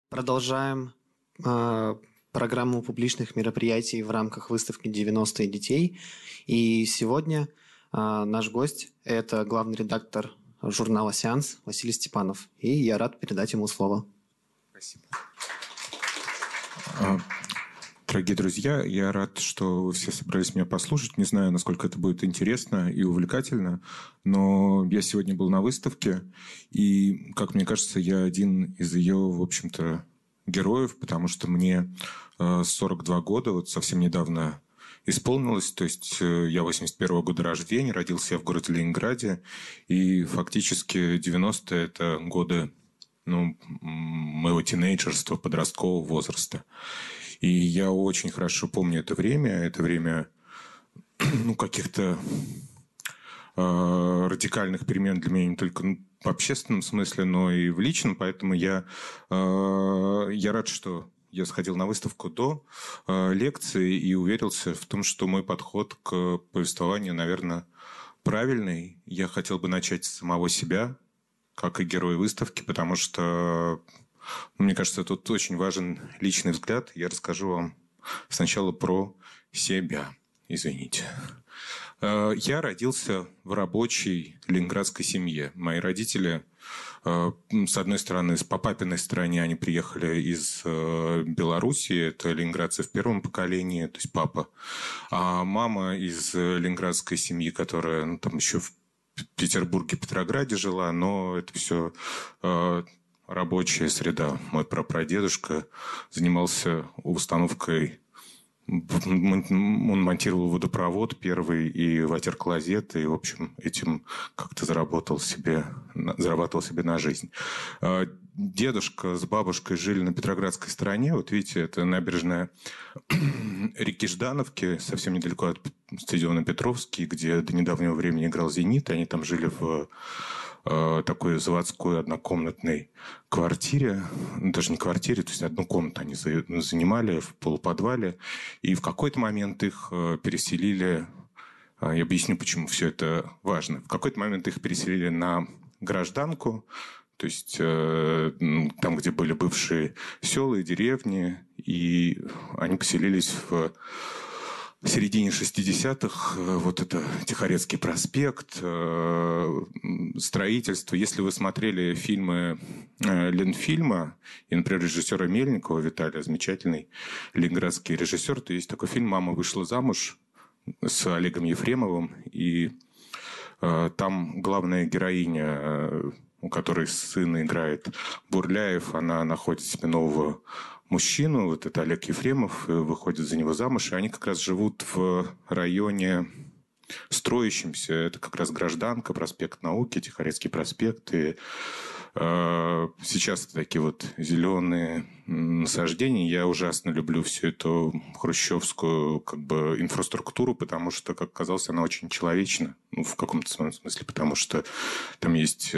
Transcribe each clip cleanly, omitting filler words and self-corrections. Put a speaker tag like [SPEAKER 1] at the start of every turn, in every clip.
[SPEAKER 1] Продолжаем программу публичных мероприятий в рамках выставки «90-е детей». И сегодня наш гость – это главный редактор журнала «Сеанс» Василий Степанов. И я рад передать ему слово.
[SPEAKER 2] Спасибо. Дорогие друзья, я рад, что вы все собрались меня послушать. Не знаю, насколько это будет интересно и увлекательно, но я сегодня был на выставке, и, как мне кажется, я один из ее, в общем-то, героев, потому что мне 42 года, вот совсем недавно исполнилось, то есть я 81-го года рождения, родился я в городе Ленинграде, и фактически 90-е – это годы моего тинейджерства, подросткового возраста. И я очень хорошо помню это время каких-то радикальных перемен для меня не только в общественном смысле, но и в личном, поэтому я рад, что я сходил на выставку до лекции и уверился в том, что мой подход к повествованию, наверное, правильный. Я хотел бы начать с самого себя, как и герой выставки, потому что, мне кажется, тут очень важен личный взгляд. Я расскажу вам сначала про себя. Извините. Я родился в рабочей ленинградской семье. Мои родители, с одной стороны, по папиной стороне, они приехали из Белоруссии, это ленинградцы в первом поколении, то есть папа. А мама из ленинградской семьи, которая там еще в Петербурге, Петрограде жила, но это все рабочая среда. Мой прапрадедушка занимался установкой, он монтировал водопровод первый и ватер-клозет, и, в общем, этим как-то зарабатывал себе на жизнь. Дедушка с бабушкой жили на Петроградской стороне. Вот видите, это набережная реки Ждановки, совсем недалеко от стадиона Петровский, где до недавнего времени играл «Зенит». Они там жили в такой заводской однокомнатной квартире, даже не квартире, то есть одну комнату они занимали в полуподвале, и в какой-то момент их переселили, я объясню, почему все это важно, в какой-то момент их переселили на Гражданку, то есть там, где были бывшие села и деревни, и они поселились в середине 60-х, вот это Тихорецкий проспект, строительство. Если вы смотрели фильмы Ленфильма, и, например, режиссера Мельникова Виталия, замечательный ленинградский режиссер, то есть такой фильм «Мама вышла замуж» с Олегом Ефремовым, и там главная героиня, у которой сын играет Бурляев, она находит себе нового мужчину, вот это Олег Ефремов, выходит за него замуж, и они как раз живут в районе строящемся, это как раз Гражданка, проспект Науки, Тихорецкий проспект, и сейчас такие вот зеленые насаждения. Я ужасно люблю всю эту хрущевскую инфраструктуру, потому что, как казалось, она очень человечна, в каком-то смысле, потому что там есть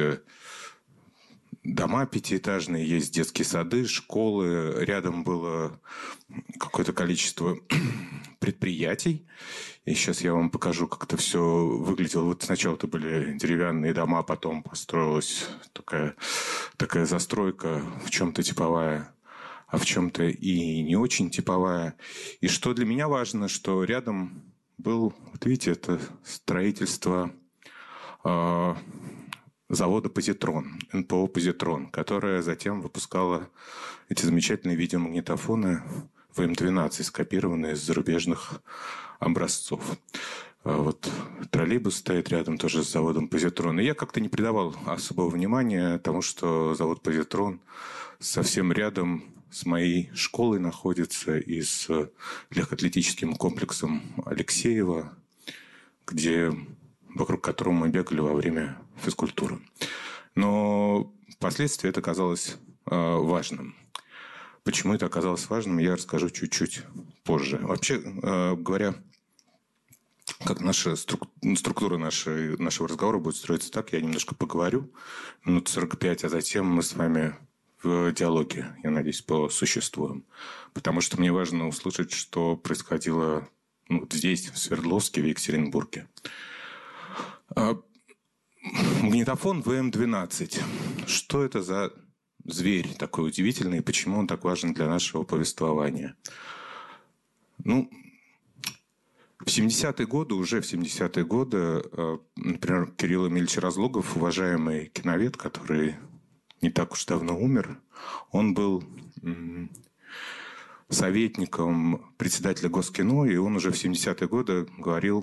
[SPEAKER 2] дома пятиэтажные, есть детские сады, школы. Рядом было какое-то количество предприятий. И сейчас я вам покажу, как это все выглядело. Вот сначала это были деревянные дома, потом построилась такая застройка, в чем-то типовая, а в чем-то и не очень типовая. И что для меня важно, что рядом был, вот видите, это строительство завода «Позитрон», НПО «Позитрон», которая затем выпускала эти замечательные видеомагнитофоны ВМ-12, скопированные из зарубежных образцов. Вот троллейбус стоит рядом тоже с заводом «Позитрон». И я как-то не придавал особого внимания тому, что завод «Позитрон» совсем рядом с моей школой находится и с легкоатлетическим комплексом Алексеева, вокруг которого мы бегали во время физкультуры. Но впоследствии это оказалось важным. Почему это оказалось важным, я расскажу чуть-чуть позже. Вообще говоря, как структура нашего разговора будет строиться так, я немножко поговорю, минут 45, а затем мы с вами в диалоге, я надеюсь, посуществуем. Потому что мне важно услышать, что происходило здесь, в Свердловске, в Екатеринбурге. Магнитофон ВМ-12. Что это за зверь такой удивительный, и почему он так важен для нашего повествования. Ну, в 70-е годы, уже в 70-е годы, например, Кирилл Эмильевич Разлогов, уважаемый киновед, который не так уж давно умер, он был советником председателя Госкино, и он уже в 70-е годы говорил,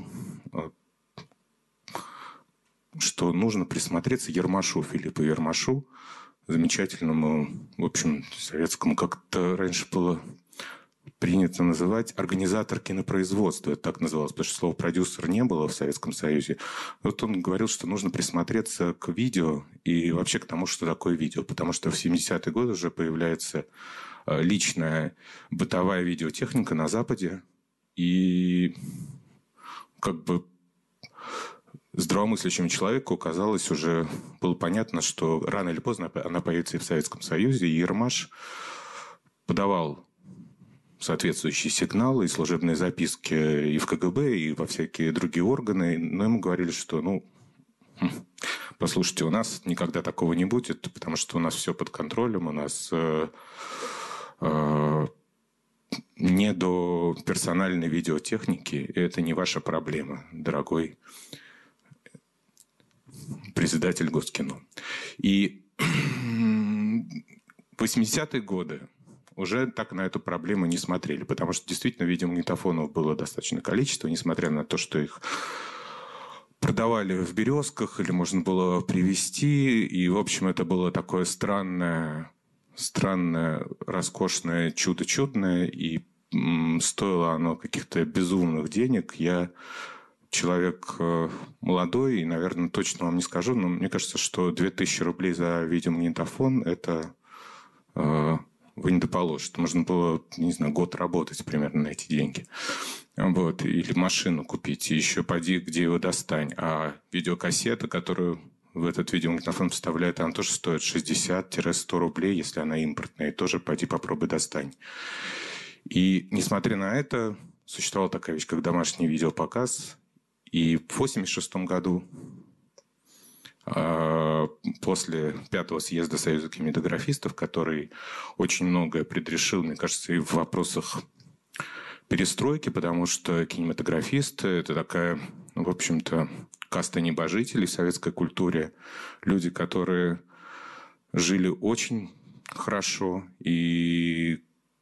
[SPEAKER 2] что нужно присмотреться Ермашу, Филиппу Ермашу, замечательному, в общем, советскому, как-то раньше было принято называть, организатор кинопроизводства. Это так называлось, потому что слова продюсер не было в Советском Союзе. Вот он говорил, что нужно присмотреться к видео и вообще к тому, что такое видео. Потому что в 70-е годы уже появляется личная бытовая видеотехника на Западе. И как бы здравомыслящему человеку казалось, уже было понятно, что рано или поздно она появится и в Советском Союзе. И Ермаш подавал соответствующие сигналы и служебные записки и в КГБ, и во всякие другие органы. Но ему говорили, что, послушайте, у нас никогда такого не будет, потому что у нас все под контролем, у нас не до персональной видеотехники, и это не ваша проблема, дорогой председатель Госкино. И в 80-е годы уже так на эту проблему не смотрели, потому что действительно видеомагнитофонов было достаточное количество, несмотря на то, что их продавали в «Березках» или можно было привезти. И, в общем, это было такое странное, роскошное, чудо-чудное, и стоило оно каких-то безумных денег. Я человек молодой, и, наверное, точно вам не скажу, но мне кажется, что 2000 рублей за видеомагнитофон – это вы не доположите. Можно было, не знаю, год работать примерно на эти деньги. Вот. Или машину купить, и еще поди, где его достань. А видеокассета, которую в этот видеомагнитофон вставляют, она тоже стоит 60-100 рублей, если она импортная. И тоже поди попробуй достань. И, несмотря на это, существовала такая вещь, как домашний видеопоказ. И в 1986 году, после 5-го съезда Союза кинематографистов, который очень многое предрешил, мне кажется, и в вопросах перестройки, потому что кинематографисты – это такая, в общем-то, каста небожителей в советской культуре. Люди, которые жили очень хорошо и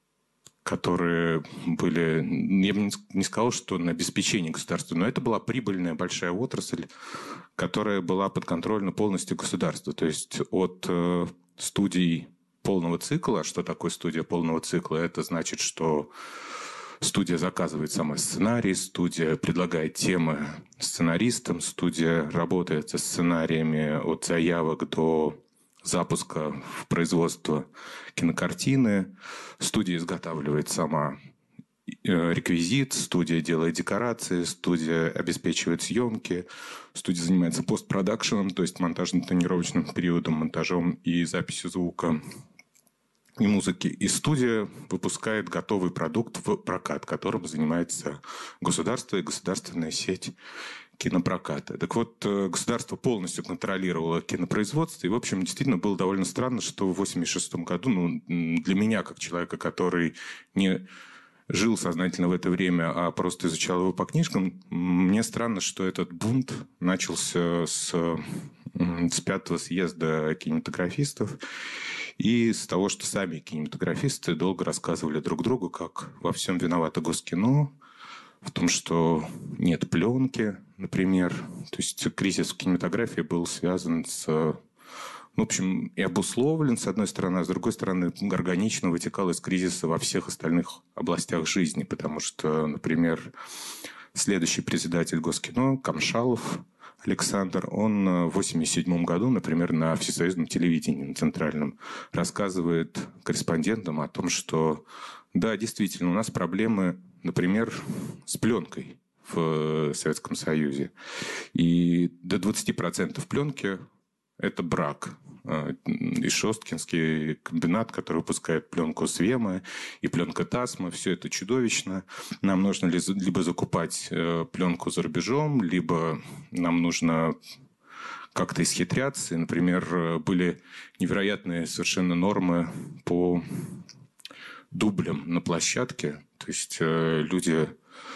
[SPEAKER 2] которые были, я бы не сказал, что на обеспечении государства, но это была прибыльная большая отрасль, которая была подконтрольна полностью государству. То есть от студий полного цикла, что такое студия полного цикла? Это значит, что студия заказывает сама сценарий, студия предлагает темы сценаристам, студия работает со сценариями от заявок до запуска в производство кинокартины. Студия изготавливает сама реквизит, студия делает декорации, студия обеспечивает съемки, студия занимается постпродакшеном, то есть монтажно-тонировочным периодом, монтажом и записью звука и музыки. И студия выпускает готовый продукт в прокат, которым занимается государство и государственная сеть кинопроката. Так вот, государство полностью контролировало кинопроизводство, и, в общем, действительно было довольно странно, что в 1986 году, для меня, как человека, который не жил сознательно в это время, а просто изучал его по книжкам, мне странно, что этот бунт начался с 5-го съезда кинематографистов и с того, что сами кинематографисты долго рассказывали друг другу, как во всем виновато Госкино, в том, что нет пленки, например. То есть кризис в кинематографии был связан с... в общем, и обусловлен, с одной стороны, а с другой стороны, органично вытекал из кризиса во всех остальных областях жизни. Потому что, например, следующий председатель Госкино, Камшалов Александр, он в 1987 году, например, на всесоюзном телевидении, на центральном, рассказывает корреспондентам о том, что да, действительно, у нас проблемы, например, с пленкой в Советском Союзе. И до 20% пленки – это брак. И Шосткинский комбинат, который выпускает пленку Свема и пленка Тасма, все это чудовищно. Нам нужно либо закупать пленку за рубежом, либо нам нужно как-то исхитряться. И, например, были невероятные совершенно нормы по дублям на площадке. То есть люди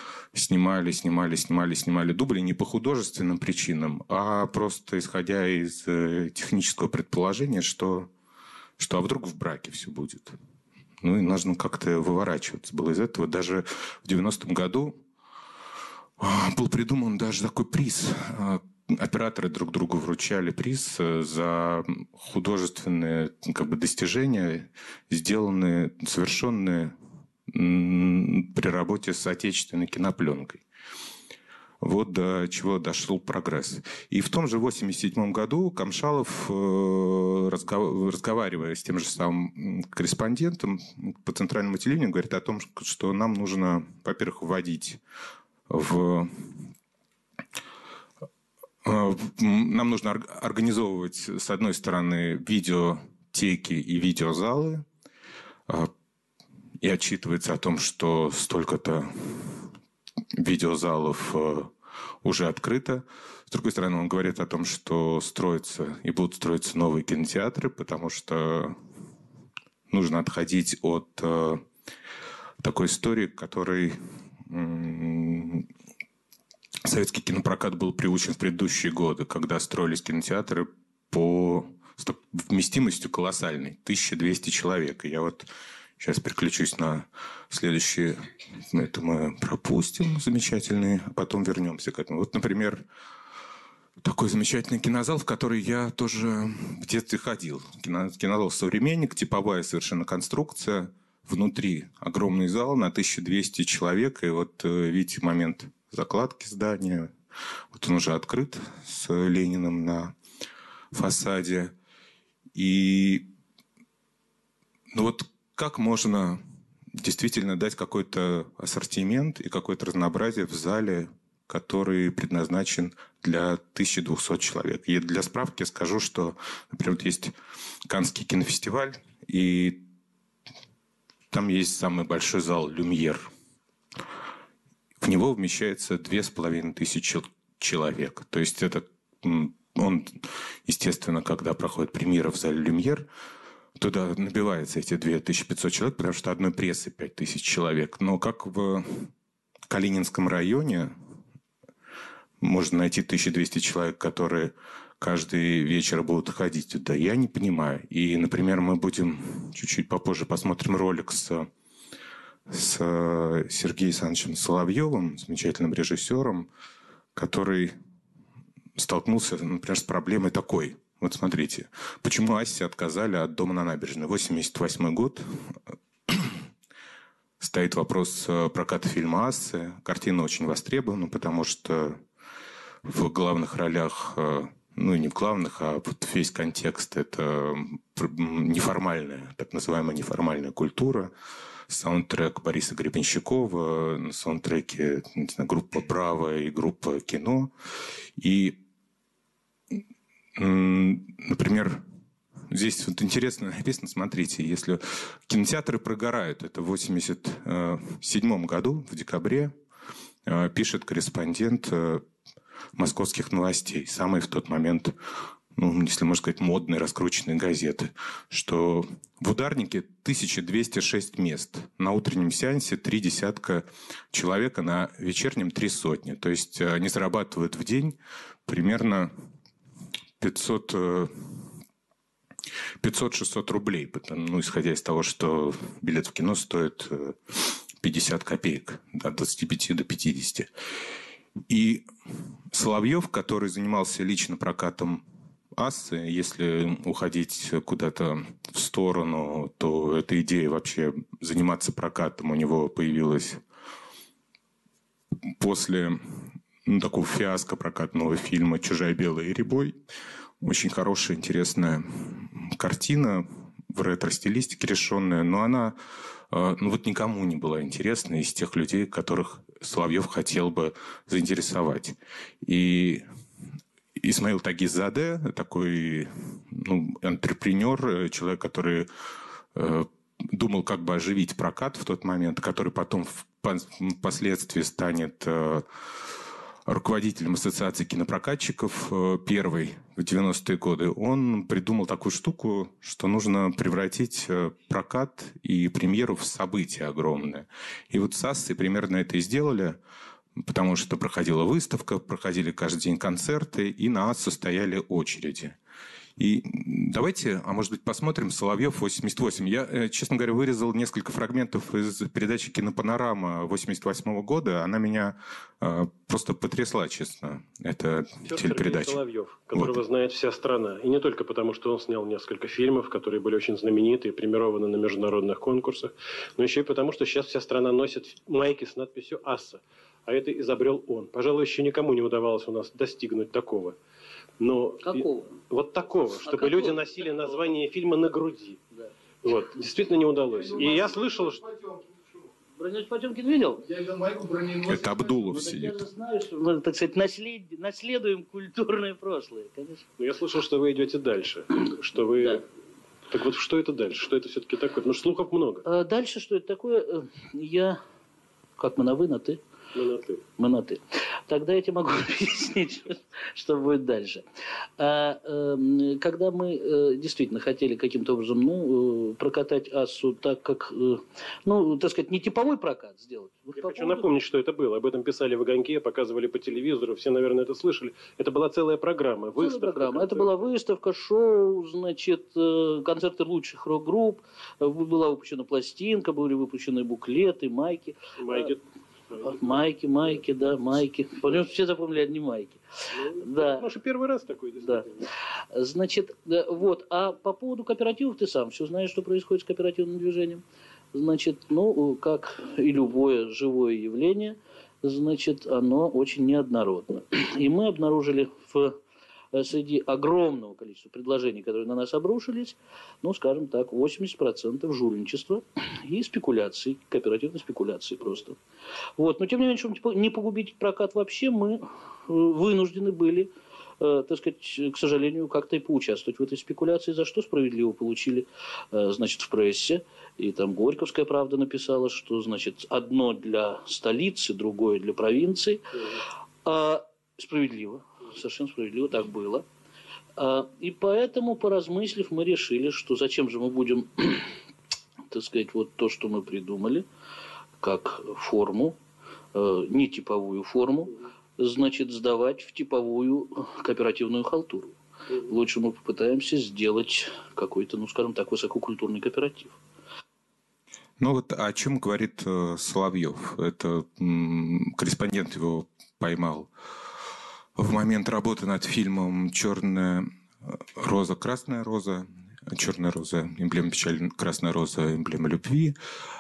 [SPEAKER 2] снимали дубли не по художественным причинам, а просто исходя из технического предположения, что а вдруг в браке все будет. Ну и нужно как-то выворачиваться было из этого. Даже в 90-м году был придуман даже такой приз. Операторы друг другу вручали приз за художественные достижения, совершенные при работе с отечественной кинопленкой. Вот до чего дошел прогресс. И в том же 1987 году Камшалов, разговаривая с тем же самым корреспондентом по центральному телевидению, говорит о том, что нам нужно, во-первых, вводить нам нужно организовывать, с одной стороны, видеотеки и видеозалы, и отчитывается о том, что столько-то видеозалов уже открыто. С другой стороны, он говорит о том, что строятся и будут строиться новые кинотеатры, потому что нужно отходить от такой истории, к которой советский кинопрокат был приучен в предыдущие годы, когда строились кинотеатры по вместимостью колоссальной, 1200 человек. И я вот сейчас переключусь на следующие. Это мы пропустим замечательные, а потом вернемся к этому. Вот, например, такой замечательный кинозал, в который я тоже в детстве ходил. Кинозал «Современник», типовая совершенно конструкция. Внутри огромный зал на 1200 человек. И вот видите момент закладки здания. Вот он уже открыт с Лениным на фасаде. И вот как можно действительно дать какой-то ассортимент и какое-то разнообразие в зале, который предназначен для 1200 человек. И для справки скажу, что, например, вот есть Каннский кинофестиваль, и там есть самый большой зал «Люмьер». В него вмещается 2500 человек. То есть это он, естественно, когда проходит премьера в зале «Люмьер», туда набивается эти 2500 человек, потому что одной прессы 5000 человек. Но как в Калининском районе можно найти 1200 человек, которые каждый вечер будут ходить туда, я не понимаю. И, например, мы будем чуть-чуть попозже посмотрим ролик с Сергеем Александровичем Соловьевым, замечательным режиссером, который столкнулся, например, с проблемой такой. Вот смотрите, почему Ассе отказали от дома на набережной. 1988 год. Стоит вопрос проката фильма «Ассы». Картина очень востребована, потому что в главных ролях, ну и не в главных, а вот весь контекст – это неформальная, так называемая неформальная культура. Саундтрек Бориса Гребенщикова, на саундтреке, не знаю, группа «Браво» и группа «Кино». И например, здесь вот интересно написано, смотрите, если кинотеатры прогорают, это в 1987 году, в декабре, пишет корреспондент «Московских новостей», самый в тот момент, ну, если можно сказать, модной, раскрученной газеты, что в «Ударнике» 1206 мест, на утреннем сеансе 30 человек, а на вечернем 300. То есть они зарабатывают в день примерно 500-600 рублей, ну, исходя из того, что билет в кино стоит 50 копеек, от 25 до 50. И Соловьев, который занимался лично прокатом «Ассы», если уходить куда-то в сторону, то эта идея вообще заниматься прокатом у него появилась после такого фиаско прокатного фильма «Чужая белая рябой». Очень хорошая, интересная картина в ретро-стилистике решенная, но она ну, вот никому не была интересна из тех людей, которых Соловьев хотел бы заинтересовать. И Исмаил Тагизаде, такой антрепренер, человек, который думал, как бы оживить прокат в тот момент, который потом впоследствии станет руководителем Ассоциации кинопрокатчиков, первый в 90-е годы, он придумал такую штуку, что нужно превратить прокат и премьеру в событие огромное. И вот с Ассой примерно это и сделали, потому что проходила выставка, проходили каждый день концерты, и на Ассу стояли очереди. И давайте, а может быть, посмотрим «Соловьев 88». Я, честно говоря, вырезал несколько фрагментов из передачи «Кинопанорама» 88 года. Она меня просто потрясла, честно. Это телепередача.
[SPEAKER 3] Соловьев, которого знает вся страна. И не только потому, что он снял несколько фильмов, которые были очень знамениты и премированы на международных конкурсах, но еще и потому, что сейчас вся страна носит майки с надписью «Асса». А это изобрел он. Пожалуй, еще никому не удавалось у нас достигнуть такого. Но
[SPEAKER 4] какого?
[SPEAKER 3] Вот такого, чтобы люди носили название фильма на груди. Да. Вот, действительно не удалось. И я слышал, что...
[SPEAKER 4] Броневич Потемкин видел?
[SPEAKER 3] Я видел майку броненосец.
[SPEAKER 2] Это Абдулов сидит.
[SPEAKER 4] Я же знаю, что мы, так сказать, наследуем культурное прошлое, конечно.
[SPEAKER 3] Но я слышал, что вы идете дальше. Что вы... Да. Так вот, что это дальше? Что это все-таки такое? Потому что слухов много.
[SPEAKER 4] Дальше, что это такое? Я... Как мы на «вы», на «ты»? Мы на «ты». Тогда я тебе могу объяснить, что будет дальше. Когда мы действительно хотели каким-то образом прокатать «Ассу» так, как, так сказать, не типовой прокат сделать.
[SPEAKER 3] Я хочу напомнить, что это было. Об этом писали в «Огоньке», показывали по телевизору. Все, наверное, это слышали. Это была целая программа. Выставка.
[SPEAKER 4] Это была выставка, шоу, значит, концерты лучших рок-групп. Была выпущена пластинка, были выпущены буклеты, майки. Майки, да, майки. Все запомнили одни майки. Да.
[SPEAKER 3] Может, первый раз такой,
[SPEAKER 4] да. Значит, вот. А по поводу кооперативов ты сам все знаешь, что происходит с кооперативным движением. Значит, как и любое живое явление, значит, оно очень неоднородно. И мы обнаружили среди огромного количества предложений, которые на нас обрушились, скажем так, 80% жульничества и спекуляций, кооперативной спекуляции просто. Вот. Но, тем не менее, чтобы не погубить прокат вообще, мы вынуждены были, так сказать, к сожалению, как-то и поучаствовать в этой спекуляции, за что справедливо получили, значит, в прессе. И там Горьковская правда написала, что, значит, одно для столицы, другое для провинции. Справедливо. Совершенно справедливо, так было. И поэтому, поразмыслив, мы решили, что зачем же мы будем, так сказать, вот то, что мы придумали, как форму, не типовую форму, значит, сдавать в типовую кооперативную халтуру. Лучше мы попытаемся сделать какой-то, скажем так, высококультурный кооператив.
[SPEAKER 2] Вот о чем говорит Соловьев. Это корреспондент его поймал в момент работы над фильмом «Черная роза, красная роза». «Черная роза» – эмблема печали, «Красная роза» – эмблема любви.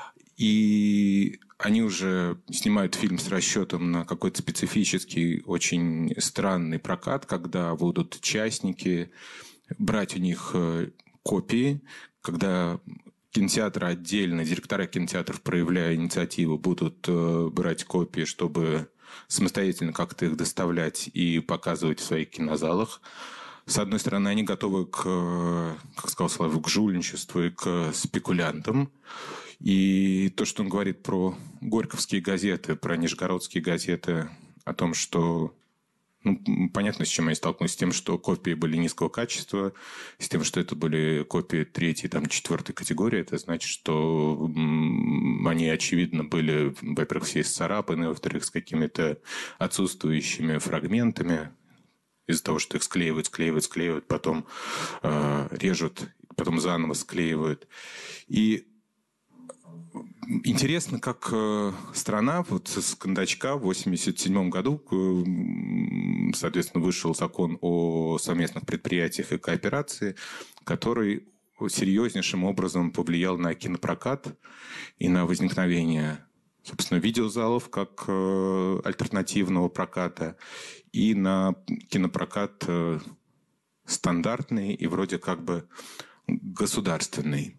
[SPEAKER 2] И они уже снимают фильм с расчетом на какой-то специфический, очень странный прокат, когда будут частники брать у них копии, когда кинотеатры отдельно, директора кинотеатров, проявляя инициативу, будут брать копии, чтобы самостоятельно как-то их доставлять и показывать в своих кинозалах. С одной стороны, они готовы как сказал Славик, к жульничеству и к спекулянтам. И то, что он говорит про горьковские газеты, про нижегородские газеты, о том, что понятно, с чем они столкнулись, с тем, что копии были низкого качества, с тем, что это были копии 3-й, 4-й категории. Это значит, что они, очевидно, были, во-первых, все исцарапаны, во-вторых, с какими-то отсутствующими фрагментами, из-за того, что их склеивают, потом режут, потом заново склеивают. И интересно, как страна с кондачка в 1987 году, соответственно, вышел закон о совместных предприятиях и кооперации, который серьезнейшим образом повлиял на кинопрокат и на возникновение, собственно, видеозалов как альтернативного проката и на кинопрокат стандартный и вроде как бы государственный.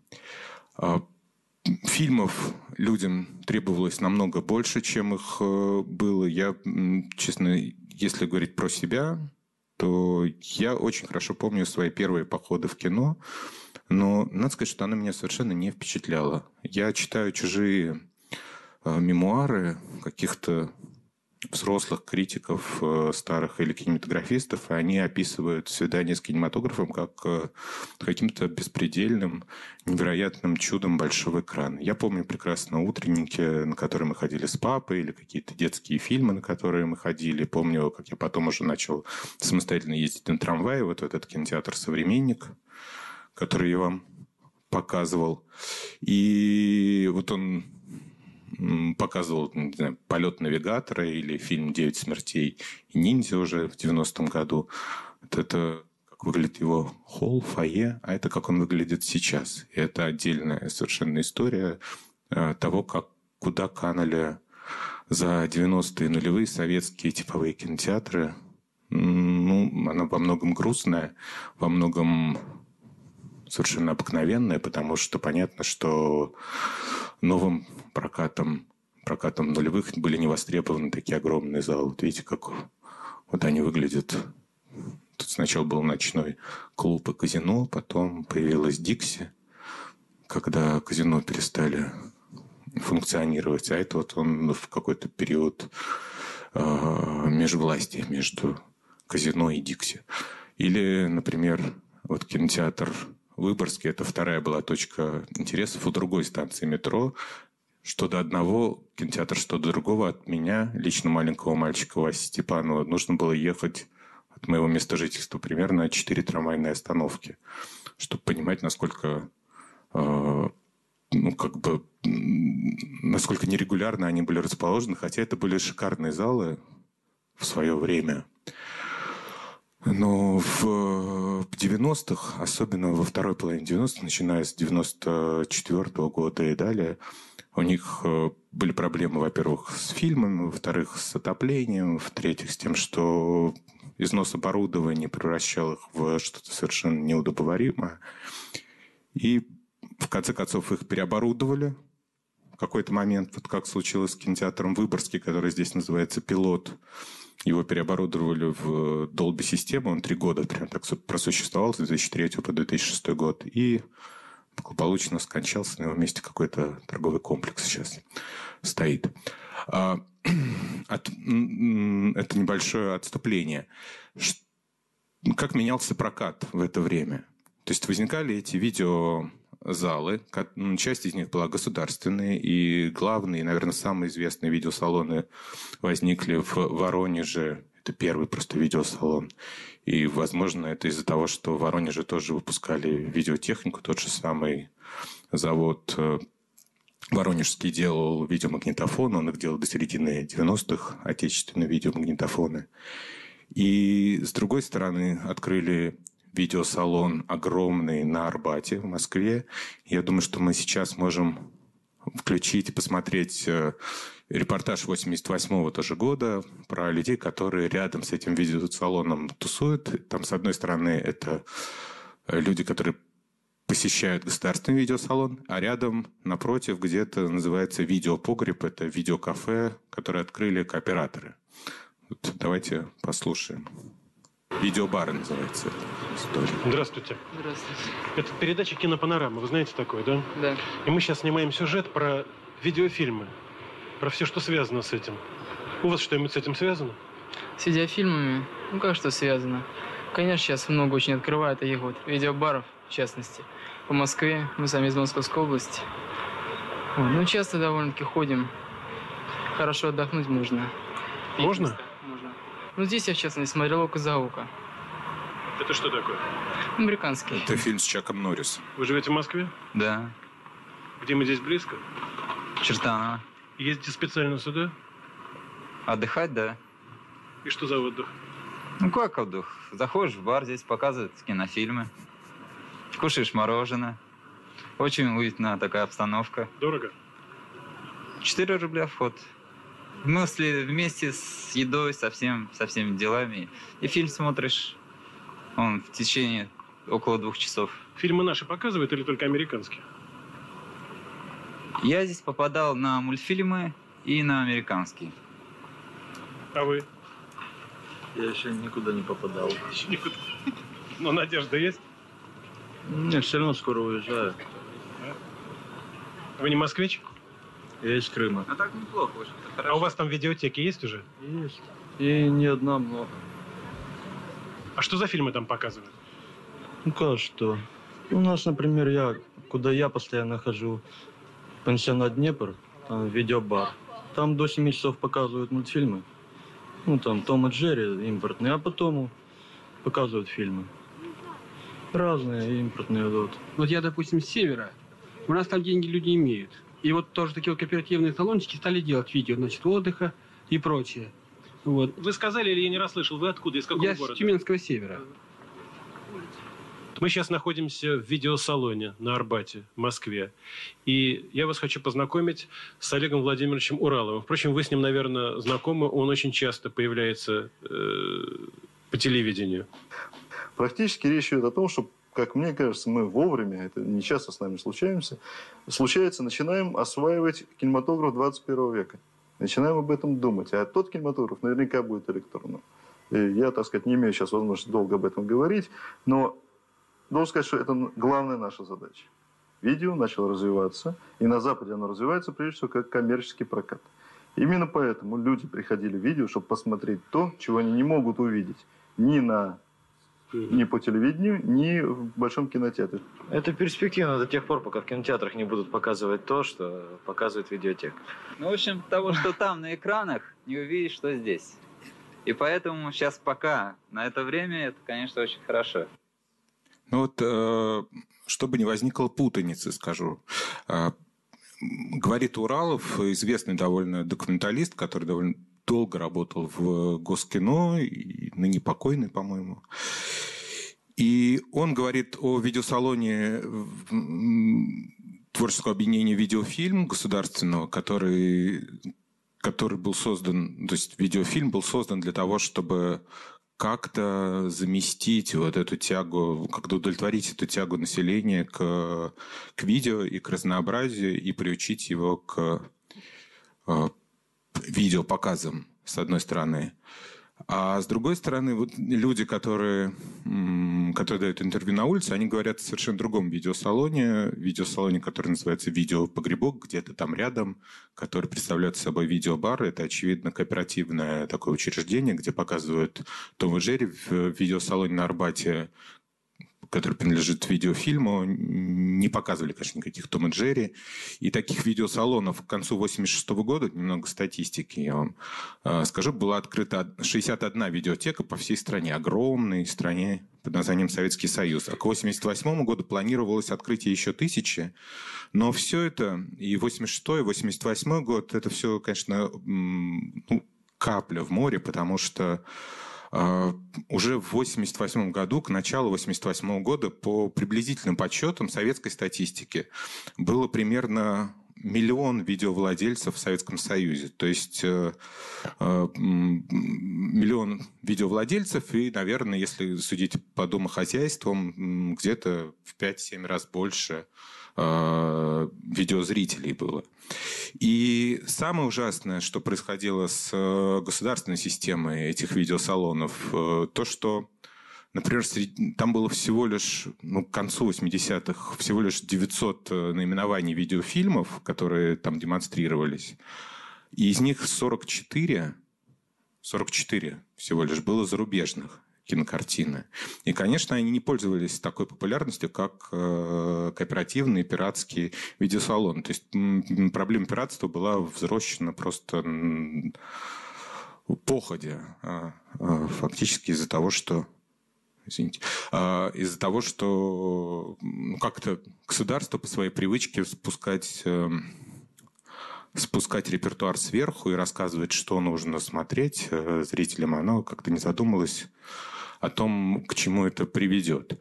[SPEAKER 2] Фильмов людям требовалось намного больше, чем их было. Я, честно, если говорить про себя, то я очень хорошо помню свои первые походы в кино, но надо сказать, что оно меня совершенно не впечатляло. Я читаю чужие мемуары каких-то взрослых критиков, старых или кинематографистов, и они описывают свидание с кинематографом как каким-то беспредельным, невероятным чудом большого экрана. Я помню прекрасно утренники, на которые мы ходили с папой, или какие-то детские фильмы, на которые мы ходили. Помню, как я потом уже начал самостоятельно ездить на трамвае, вот в этот кинотеатр «Современник», который я вам показывал. И вот он показывал, не знаю, «Полет навигатора» или фильм «Девять смертей и ниндзя» уже в 90-м году. Вот это как выглядит его холл, фойе, а это как он выглядит сейчас. И это отдельная совершенно история того, куда канули за 90-е нулевые советские типовые кинотеатры. Ну, она во многом грустная, во многом совершенно обыкновенная, потому что понятно, что новым прокатом нулевых были не востребованы такие огромные залы. Вот видите, как вот они выглядят. Тут сначала был ночной клуб и казино, потом появилась Дикси, когда казино перестали функционировать. А это вот он в какой-то период межвластия между казино и Дикси. Или, например, вот кинотеатр Выборгский, это вторая была точка интересов у другой станции метро. Что до одного кинотеатра, что до другого, от меня, лично маленького мальчика Васи Степанова, нужно было ехать от моего места жительства примерно 4 трамвайные остановки, чтобы понимать, насколько, насколько нерегулярно они были расположены, хотя это были шикарные залы в свое время. Но в 90-х, особенно во второй половине 90-х, начиная с 94-го года и далее, у них были проблемы, во-первых, с фильмами, во-вторых, с отоплением, в-третьих, с тем, что износ оборудования превращал их в что-то совершенно неудобоваримое. И в конце концов их переоборудовали. В какой-то момент, вот как случилось с кинотеатром Выборгский, который здесь называется «Пилот», его переоборудовали в Dolby-систему. Он 3 года прям так просуществовал, с 2003 по 2006 год. И благополучно скончался. На его месте какой-то торговый комплекс сейчас стоит. Это небольшое отступление. Как менялся прокат в это время? То есть возникали эти видеозалы. Часть из них была государственные. И главные, наверное, самые известные видеосалоны возникли в Воронеже. Это первый просто видеосалон. И, возможно, это из-за того, что в Воронеже тоже выпускали видеотехнику. Тот же самый завод Воронежский делал видеомагнитофоны. Он их делал до середины 90-х, отечественные видеомагнитофоны. И, с другой стороны, открыли видеосалон огромный на Арбате в Москве. Я думаю, что мы сейчас можем включить и посмотреть репортаж 88-го тоже года про людей, которые рядом с этим видеосалоном тусуют. Там, с одной стороны, это люди, которые посещают государственный видеосалон, а рядом, напротив, где-то называется видеопогреб. Это видеокафе, которое открыли кооператоры. Вот давайте послушаем. Видеобар называется эта история.
[SPEAKER 3] Здравствуйте.
[SPEAKER 5] Здравствуйте.
[SPEAKER 3] Это передача «Кинопанорама». Вы знаете такое, да?
[SPEAKER 5] Да.
[SPEAKER 3] И мы сейчас снимаем сюжет про видеофильмы. Про все, что связано с этим. У вас что-нибудь с этим связано?
[SPEAKER 5] С видеофильмами? Ну, как что связано? Конечно, сейчас много очень открывают таких вот видеобаров, в частности, по Москве. Мы сами из Московской области. Вот. Ну, часто довольно-таки ходим. Хорошо отдохнуть можно.
[SPEAKER 3] Можно?
[SPEAKER 5] Можно. Ну, здесь я, в частности, смотрел «Око за око».
[SPEAKER 3] Это что такое?
[SPEAKER 5] Американский.
[SPEAKER 2] Это фильм с Чаком Норрисом.
[SPEAKER 3] Вы живете в Москве?
[SPEAKER 6] Да.
[SPEAKER 3] Где мы здесь близко?
[SPEAKER 6] Чертаново.
[SPEAKER 3] Ездите специально сюда?
[SPEAKER 6] Отдыхать, да.
[SPEAKER 3] И что за отдых?
[SPEAKER 6] Ну, как отдых? Заходишь в бар, здесь показывают кинофильмы. Кушаешь мороженое. Очень уютная такая обстановка.
[SPEAKER 3] Дорого?
[SPEAKER 6] 4 рубля вход. Мы вместе с едой, со всеми делами. И фильм смотришь. Он в течение около 2 часов.
[SPEAKER 3] Фильмы наши показывают или только американские?
[SPEAKER 6] Я здесь попадал на мультфильмы и на американские.
[SPEAKER 3] А вы?
[SPEAKER 7] Я еще никуда не попадал.
[SPEAKER 3] Еще никуда. Но надежда есть?
[SPEAKER 7] Нет, все равно скоро уезжаю.
[SPEAKER 3] Вы не москвич?
[SPEAKER 7] Я из Крыма.
[SPEAKER 6] А так неплохо, в общем-то, хорошо.
[SPEAKER 3] А у вас там видеотеки есть уже?
[SPEAKER 7] Есть. И не одна, много.
[SPEAKER 3] А что за фильмы там показывают?
[SPEAKER 7] Ну как что? У нас, например, куда я постоянно хожу, пансионат Днепр, там видеобар. Там до 7 часов показывают мультфильмы. Ну там Том и Джерри импортные, а потом показывают фильмы. Разные импортные идут.
[SPEAKER 8] Вот я, допустим, с севера. У нас там деньги люди имеют. И вот тоже такие вот кооперативные салончики стали делать видео, значит, отдыха и прочее. Вот.
[SPEAKER 3] Вы сказали, или я не расслышал, вы откуда, из какого
[SPEAKER 8] Я
[SPEAKER 3] города?
[SPEAKER 8] с Тюменского севера.
[SPEAKER 3] Мы сейчас находимся в видеосалоне на Арбате, в Москве. И я вас хочу познакомить с Олегом Владимировичем Ураловым. Впрочем, вы с ним, наверное, знакомы. Он очень часто появляется по телевидению.
[SPEAKER 9] Практически речь идет о том, что, как мне кажется, мы вовремя, это не часто с нами случается, начинаем осваивать кинематограф 21 века. Начинаем об этом думать. А тот кинематограф наверняка будет электронным. И я, так сказать, не имею сейчас возможности долго об этом говорить, но должен сказать, что это главная наша задача. Видео начало развиваться, и на Западе оно развивается, прежде всего, как коммерческий прокат. Именно поэтому люди приходили в видео, чтобы посмотреть то, чего они не могут увидеть ни по телевидению, ни в большом кинотеатре.
[SPEAKER 10] Это перспективно до тех пор, пока в кинотеатрах не будут показывать то, что показывает видеотека.
[SPEAKER 6] Ну, в общем, того, что там на экранах, не увидишь, что здесь. И поэтому сейчас пока на это время, это, конечно, очень хорошо.
[SPEAKER 2] Ну вот, чтобы не возникло путаницы, скажу. Говорит Уралов, известный довольно документалист, который довольно долго работал в Госкино, и ныне покойный, по-моему. И он говорит о видеосалоне творческого объединения «Видеофильм» государственного, который был создан, то есть видеофильм был создан для того, чтобы как-то заместить вот эту тягу, как-то удовлетворить эту тягу населения к видео и к разнообразию и приучить его к видеопоказам, с одной стороны. А с другой стороны, вот люди, которые дают интервью на улице, они говорят о совершенно другом видеосалоне, который называется «Видеопогребок», где-то там рядом, который представляет собой видеобар. Это, очевидно, кооперативное такое учреждение, где показывают Том и Джерри. В видеосалоне на Арбате, который принадлежит видеофильму, не показывали, конечно, никаких Том и Джерри. И таких видеосалонов к концу 1986 года, немного статистики я вам скажу, была открыта 61 видеотека по всей стране, огромной стране под названием Советский Союз. А к 1988 году планировалось открытие еще 1000, но все это, и 1986, 1988 год, это все, конечно, капля в море, потому что уже в 1988 году, к началу 1988 года, по приблизительным подсчетам советской статистики, было примерно 1 миллион видеовладельцев в Советском Союзе. То есть 1 миллион видеовладельцев и, наверное, если судить по домохозяйствам, где-то в 5-7 раз больше видеозрителей было. И самое ужасное, что происходило с государственной системой этих видеосалонов, то, что, например, там было всего лишь, к концу 80-х, всего лишь 900 наименований видеофильмов, которые там демонстрировались. И из них 44 всего лишь было зарубежных кинокартины. И, конечно, они не пользовались такой популярностью, как кооперативные пиратские видеосалоны. То есть проблема пиратства была взрощена просто походя, фактически из-за того, что как-то государство по своей привычке спускать репертуар сверху и рассказывать, что нужно смотреть зрителям, оно как-то не задумалось о том, к чему это приведет.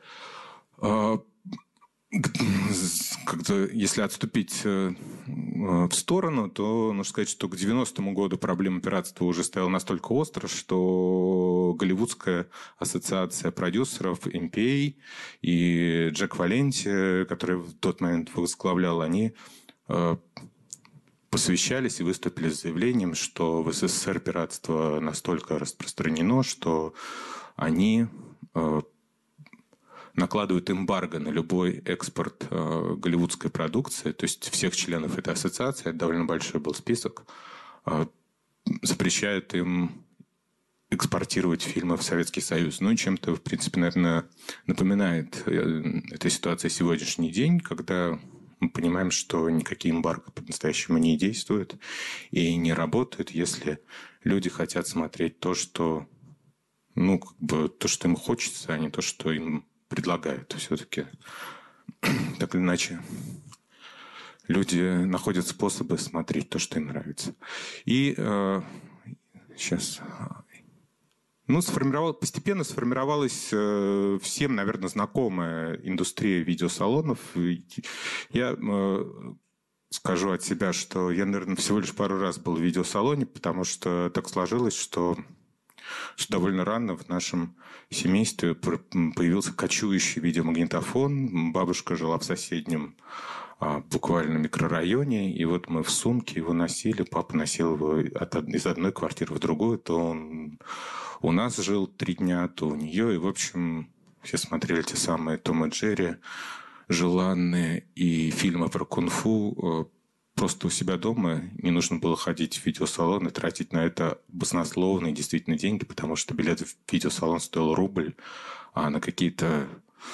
[SPEAKER 2] Если отступить в сторону, то нужно сказать, что к 90-му году проблема пиратства уже стояла настолько остро, что Голливудская ассоциация продюсеров MPA и Джек Валенти, который в тот момент возглавлял, они посвящались и выступили с заявлением, что в СССР пиратство настолько распространено, что они накладывают эмбарго на любой экспорт голливудской продукции, то есть всех членов этой ассоциации, это довольно большой был список, запрещают им экспортировать фильмы в Советский Союз. Ну, чем-то, в принципе, наверное, напоминает эта ситуация сегодняшний день, когда мы понимаем, что никакие эмбарго по-настоящему не действуют и не работают, если люди хотят смотреть то, что, ну, как бы, то, что им хочется, а не то, что им предлагают. Все-таки, так или иначе, люди находят способы смотреть то, что им нравится. И сейчас... Ну, постепенно сформировалась всем, наверное, знакомая индустрия видеосалонов. Я скажу от себя, что я, наверное, всего лишь пару раз был в видеосалоне, потому что так сложилось, что довольно рано в нашем семействе появился кочующий видеомагнитофон. Бабушка жила в соседнем буквально микрорайоне, и вот мы в сумке его носили, папа носил его из одной квартиры в другую, то он у нас жил 3 дня, то у нее, и, в общем, все смотрели те самые Том и Джерри, желанные, и фильмы про кунг-фу просто у себя дома. Не нужно было ходить в видеосалон и тратить на это баснословные действительно деньги, потому что билет в видеосалон стоил рубль, а на какие-то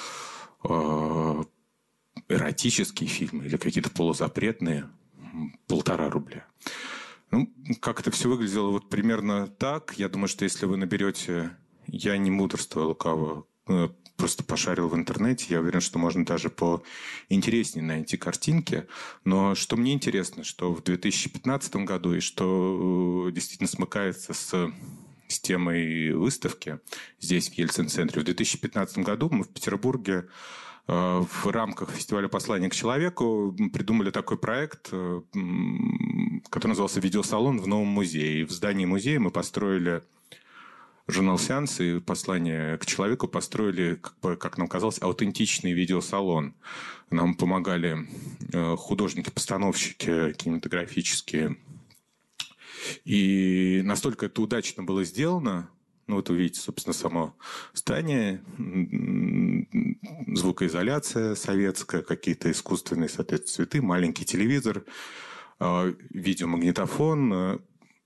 [SPEAKER 2] эротические фильмы или какие-то полузапретные 1,5 рубля. Ну, как это все выглядело вот примерно так. Я думаю, что если вы наберете... Я не мудрствую лукаво, просто пошарил в интернете. Я уверен, что можно даже поинтереснее найти картинки. Но что мне интересно, что в 2015 году, и что действительно смыкается с темой выставки здесь, в Ельцин-центре, в 2015 году мы в Петербурге в рамках фестиваля «Послание к человеку» придумали такой проект, который назывался «Видеосалон в новом музее». И в здании музея мы построили журнал «Сеанс» и «Послание к человеку» построили, как нам казалось, аутентичный видеосалон. Нам помогали художники-постановщики кинематографические. И настолько это удачно было сделано. Ну, вот вы видите, собственно, само здание, звукоизоляция советская, какие-то искусственные, соответственно, цветы, маленький телевизор, видеомагнитофон,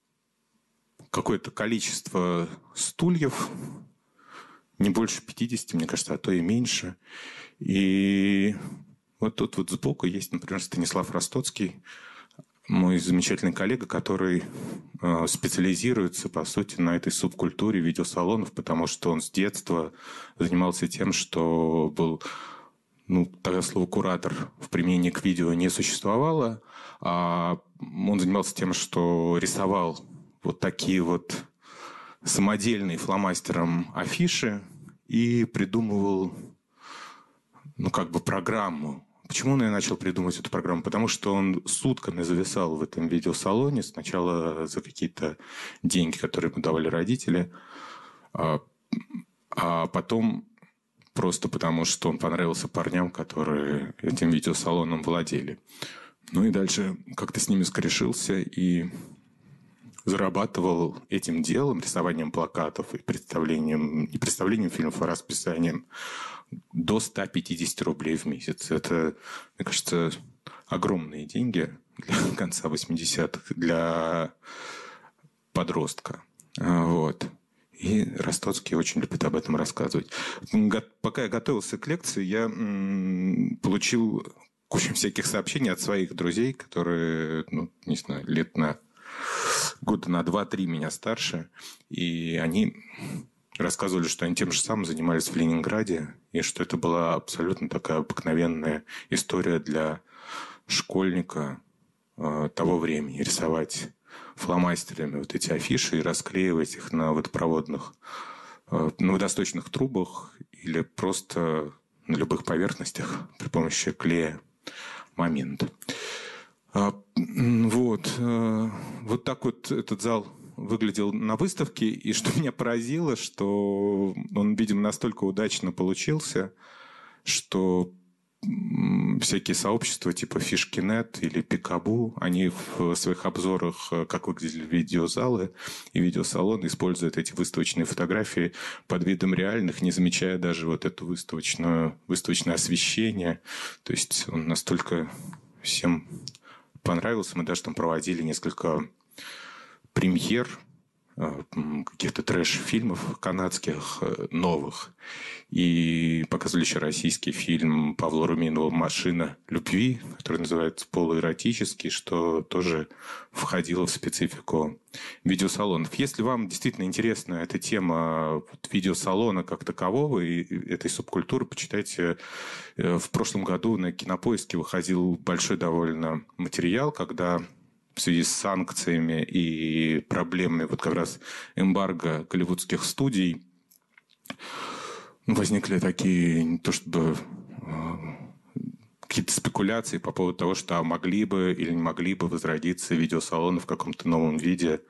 [SPEAKER 2] какое-то количество стульев, не больше 50, мне кажется, а то и меньше. И вот тут вот сбоку есть, например, Станислав Ростоцкий, мой замечательный коллега, который специализируется, по сути, на этой субкультуре видеосалонов, потому что он с детства занимался тем, что был, ну, тогда слово «куратор» в применении к видео не существовало, а он занимался тем, что рисовал вот такие вот самодельные фломастером афиши и придумывал, ну, как бы программу. Почему он и начал придумывать эту программу? Потому что он сутками зависал в этом видеосалоне. Сначала за какие-то деньги, которые ему давали родители, а потом просто потому, что он понравился парням, которые этим видеосалоном владели. Ну и дальше как-то с ними скорешился и зарабатывал этим делом, рисованием плакатов и не представлением фильмов, а расписанием до 150 рублей в месяц. Это, мне кажется, огромные деньги для конца 80-х, для подростка. Вот. И Ростоцкий очень любит об этом рассказывать. Пока я готовился к лекции, я получил кучу всяких сообщений от своих друзей, которые, ну, не знаю, года на 2-3 меня старше. И они рассказывали, что они тем же самым занимались в Ленинграде, и что это была абсолютно такая обыкновенная история для школьника того времени. Рисовать фломастерами вот эти афиши и расклеивать их на водопроводных, на водосточных трубах или просто на любых поверхностях при помощи клея «Момент». Вот так вот этот зал выглядел на выставке, и что меня поразило, что он, видимо, настолько удачно получился, что всякие сообщества типа Фишкинет или Пикабу, они в своих обзорах, как выглядели видеозалы и видеосалоны, используют эти выставочные фотографии под видом реальных, не замечая даже вот это выставочное освещение. То есть он настолько всем понравился. Мы даже там проводили несколько премьер каких-то трэш-фильмов канадских новых. И показывали еще российский фильм Павла Руминова «Машина любви», который называется «Полуэротический», что тоже входило в специфику видеосалонов. Если вам действительно интересна эта тема видеосалона как такового и этой субкультуры, почитайте. В прошлом году на Кинопоиске выходил большой довольно материал, когда в связи с санкциями и проблемами вот как раз эмбарго голливудских студий возникли такие, не то чтобы какие-то спекуляции по поводу того, что могли бы или не могли бы возродиться видеосалоны в каком-то новом виде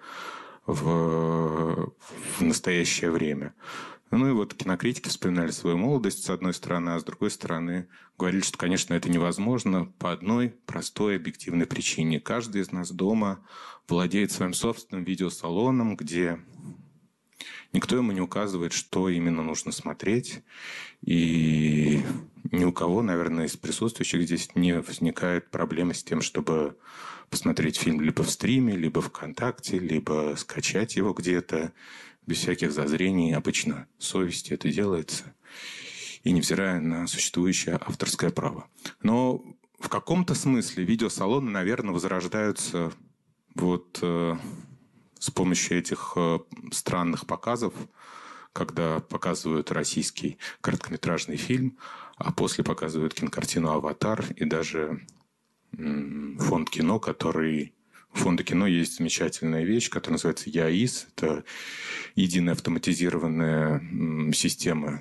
[SPEAKER 2] в настоящее время. Ну и вот кинокритики вспоминали свою молодость, с одной стороны, а с другой стороны говорили, что, конечно, это невозможно по одной простой объективной причине. Каждый из нас дома владеет своим собственным видеосалоном, где никто ему не указывает, что именно нужно смотреть. И ни у кого, наверное, из присутствующих здесь не возникает проблемы с тем, чтобы посмотреть фильм либо в стриме, либо ВКонтакте, либо скачать его где-то. Без всяких зазрений, обычно совести это делается, и невзирая на существующее авторское право. Но в каком-то смысле видеосалоны, наверное, возрождаются вот с помощью этих странных показов, когда показывают российский короткометражный фильм, а после показывают кинокартину «Аватар» и даже фонд кино, который... У фонда кино есть замечательная вещь, которая называется ЯИС. Это единая автоматизированная система,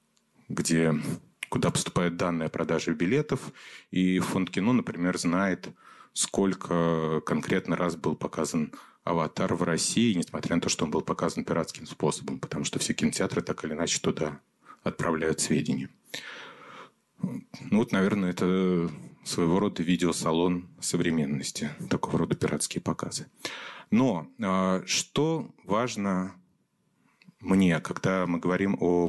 [SPEAKER 2] куда поступают данные о продаже билетов. И фонд кино, например, знает, сколько конкретно раз был показан «Аватар» в России, несмотря на то, что он был показан пиратским способом, потому что все кинотеатры так или иначе туда отправляют сведения. Ну вот, наверное, это своего рода видеосалон современности, такого рода пиратские показы. Но что важно мне, когда мы говорим о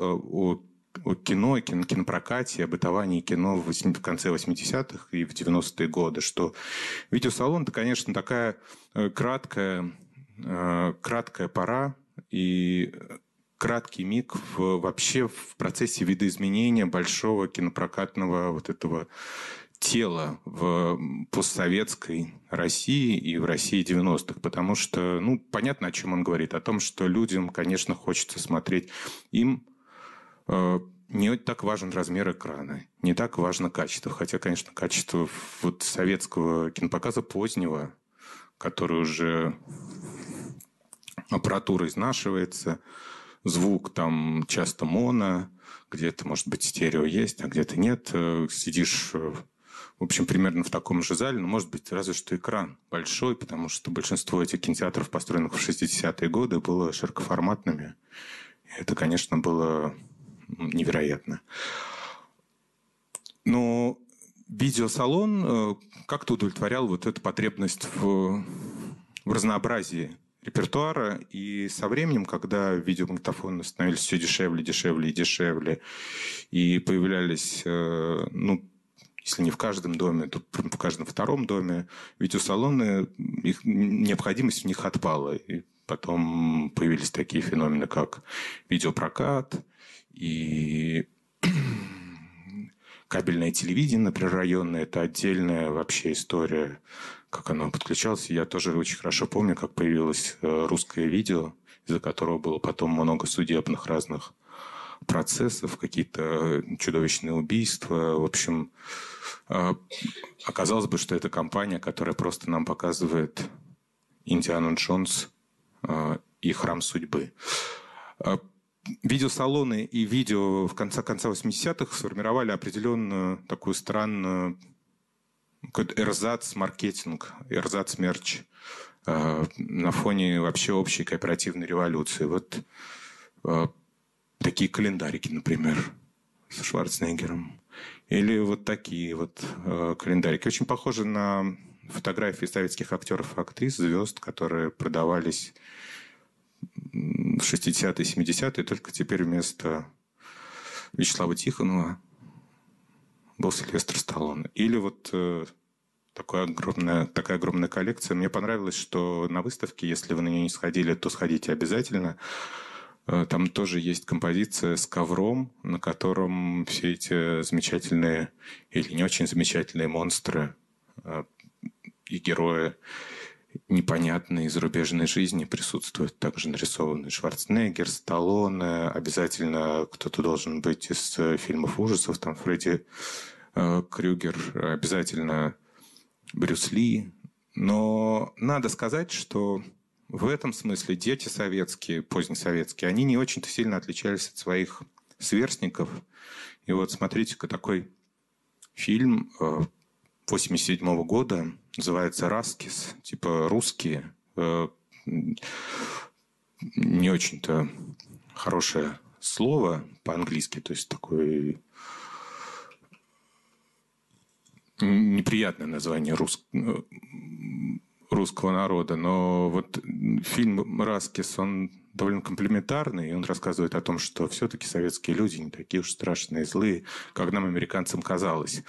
[SPEAKER 2] кино, кинопрокате, о бытовании кино в конце 80-х и в 90-е годы, что видеосалон – это, конечно, такая краткая пора и краткий миг вообще в процессе видоизменения большого кинопрокатного вот этого тела в постсоветской России и в России 90-х. Потому что, понятно, о чем он говорит. О том, что людям, конечно, хочется смотреть. Им не так важен размер экрана, не так важно качество. Хотя, конечно, качество вот советского кинопоказа позднего, который уже аппаратура изнашивается, звук там часто моно, где-то, может быть, стерео есть, а где-то нет. Сидишь, в общем, примерно в таком же зале, но, может быть, разве что экран большой, потому что большинство этих кинотеатров, построенных в 60-е годы, было широкоформатными. И это, конечно, было невероятно. Но видеосалон как-то удовлетворял вот эту потребность в разнообразии репертуара, и со временем, когда видеомагнитофоны становились все дешевле, дешевле и дешевле, и появлялись, если не в каждом доме, то в каждом втором доме, видеосалоны, необходимость в них отпала. И потом появились такие феномены, как видеопрокат и кабельное телевидение, например, районное. Это отдельная вообще история, как оно подключалось. Я тоже очень хорошо помню, как появилось русское видео, из-за которого было потом много судебных разных процессов, какие-то чудовищные убийства. В общем, оказалось бы, что это компания, которая просто нам показывает «Индиану Джонс» и «Храм судьбы». Видеосалоны и видео в конце 80-х сформировали определенную такую странную какой-то эрзац-маркетинг, эрзац-мерч на фоне вообще общей кооперативной революции. Вот такие календарики, например, с Шварценеггером. Или вот такие вот календарики. Очень похожи на фотографии советских актеров и актрис, звезд, которые продавались в 60-е, 70-е, только теперь вместо Вячеслава Тихонова был Сильвестр Сталлоне. Или вот такая огромная коллекция. Мне понравилось, что на выставке, если вы на нее не сходили, то сходите обязательно. Там тоже есть композиция с ковром, на котором все эти замечательные или не очень замечательные монстры и герои непонятной зарубежной жизни присутствуют. Также нарисованы Шварценеггер, Сталлоне. Обязательно кто-то должен быть из фильмов ужасов. Там Фредди Крюгер, обязательно Брюс Ли. Но надо сказать, что в этом смысле дети советские, позднесоветские, они не очень-то сильно отличались от своих сверстников. И вот смотрите-ка, такой фильм 1987 года, называется «Раскис», типа «русские». Не очень-то хорошее слово по-английски, то есть такой неприятное название русского народа. Но вот фильм «Раскис», он довольно комплиментарный, и он рассказывает о том, что все-таки советские люди не такие уж страшные, злые, как нам, американцам, казалось.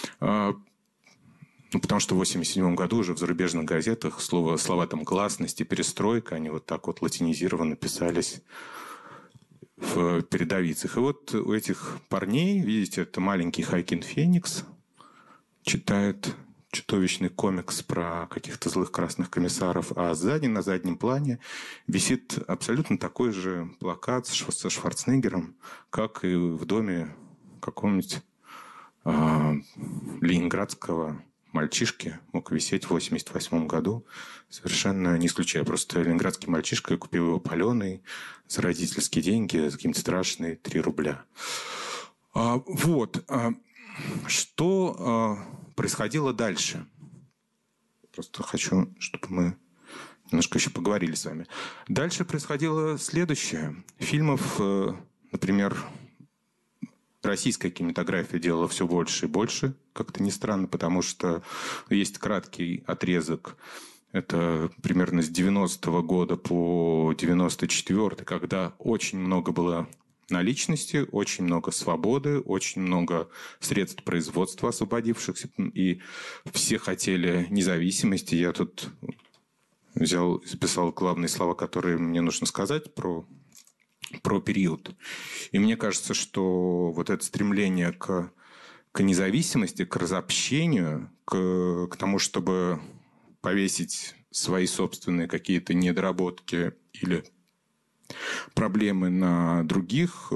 [SPEAKER 2] Потому что в 1987 году уже в зарубежных газетах слова там «гласность» и «перестройка», они вот так вот латинизированно писались в передовицах. И вот у этих парней, видите, это маленький Хоакин Феникс, читает чудовищный комикс про каких-то злых красных комиссаров, а сзади, на заднем плане, висит абсолютно такой же плакат со Шварценеггером, как и в доме какого-нибудь ленинградского мальчишки мог висеть в 1988 году. Совершенно не исключая. Просто ленинградский мальчишка купил его паленый за родительские деньги, за какие-то страшные 3 рубля. Что происходило дальше? Просто хочу, чтобы мы немножко еще поговорили с вами. Дальше происходило следующее. Фильмов, например, российская кинематография делала все больше и больше, как-то не странно, потому что есть краткий отрезок, это примерно с 90-го года по 94-й, когда очень много было наличности, очень много свободы, очень много средств производства освободившихся, и все хотели независимости. Я тут взял и записал главные слова, которые мне нужно сказать про период. И мне кажется, что вот это стремление к независимости, к разобщению, к тому, чтобы повесить свои собственные какие-то недоработки или проблемы на других,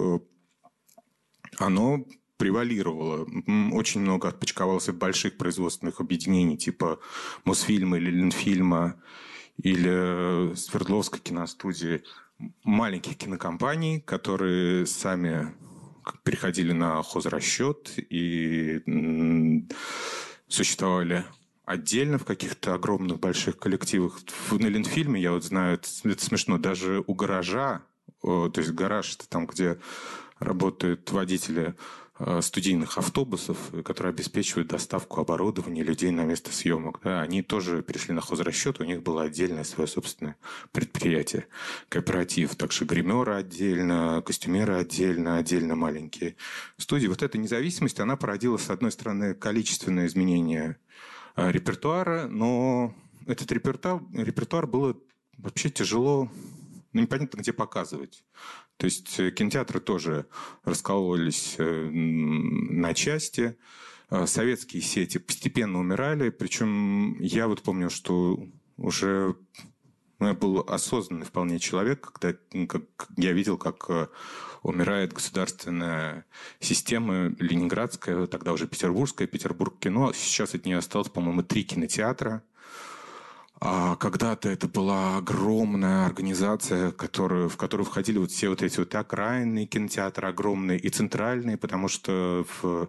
[SPEAKER 2] оно превалировало. Очень много отпочковалось от больших производственных объединений типа Мосфильма или Ленфильма или Свердловской киностудии, маленьких кинокомпаний, которые сами переходили на хозрасчет и существовали отдельно в каких-то огромных больших коллективах. На Ленфильме, я вот знаю, это смешно, даже у гаража, то есть гараж, это там, где работают водители студийных автобусов, которые обеспечивают доставку оборудования людей на место съемок. Да, они тоже перешли на хозрасчет, у них было отдельное свое собственное предприятие, кооператив. Также гримеры отдельно, костюмеры отдельно маленькие студии. Вот эта независимость, она породила, с одной стороны, количественное изменение репертуара, но этот репертуар было вообще тяжело, непонятно где показывать. То есть кинотеатры тоже раскололись на части. Советские сети постепенно умирали. Причем я вот помню, что уже я был осознанный вполне человек, когда я видел, как умирает государственная система ленинградская, тогда уже петербургская, Петербург-кино. Сейчас от нее осталось, по-моему, 3 кинотеатра. А когда-то это была огромная организация, в которую входили вот все вот эти вот окраинные кинотеатры огромные и центральные, потому что в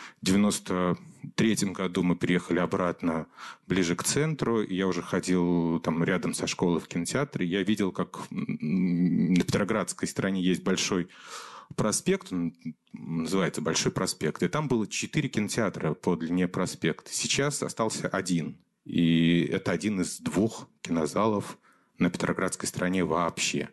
[SPEAKER 2] 93-м году мы переехали обратно ближе к центру, и я уже ходил там рядом со школой в кинотеатре, я видел, как на Петроградской стороне есть большой проспект, он называется Большой проспект, и там было 4 кинотеатра по длине проспекта. Сейчас остался один. И это один из 2 кинозалов на Петроградской стороне вообще.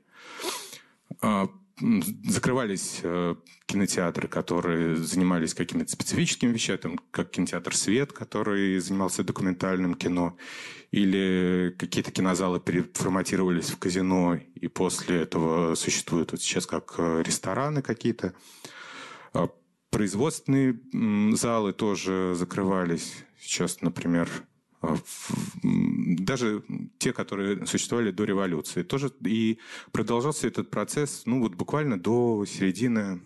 [SPEAKER 2] Закрывались кинотеатры, которые занимались какими-то специфическими вещами, как кинотеатр «Свет», который занимался документальным кино, или какие-то кинозалы переформатировались в казино, и после этого существуют вот сейчас как рестораны какие-то. Производственные залы тоже закрывались. Сейчас, например, даже те, которые существовали до революции. Тоже и продолжался этот процесс, ну, вот буквально до середины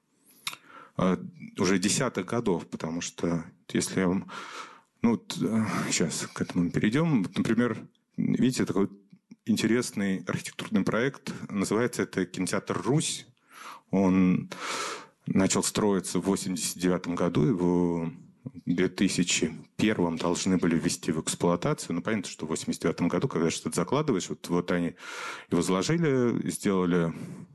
[SPEAKER 2] уже 10-х годов, потому что если я вам... Ну, вот, сейчас к этому перейдем. Например, видите, такой интересный архитектурный проект. Называется это кинотеатр «Русь». Он начал строиться в 1989 году. Его в 2001 должны были ввести в эксплуатацию. Ну, понятно, что в 1989 году, когда что-то закладываешь, вот они его заложили, сделали...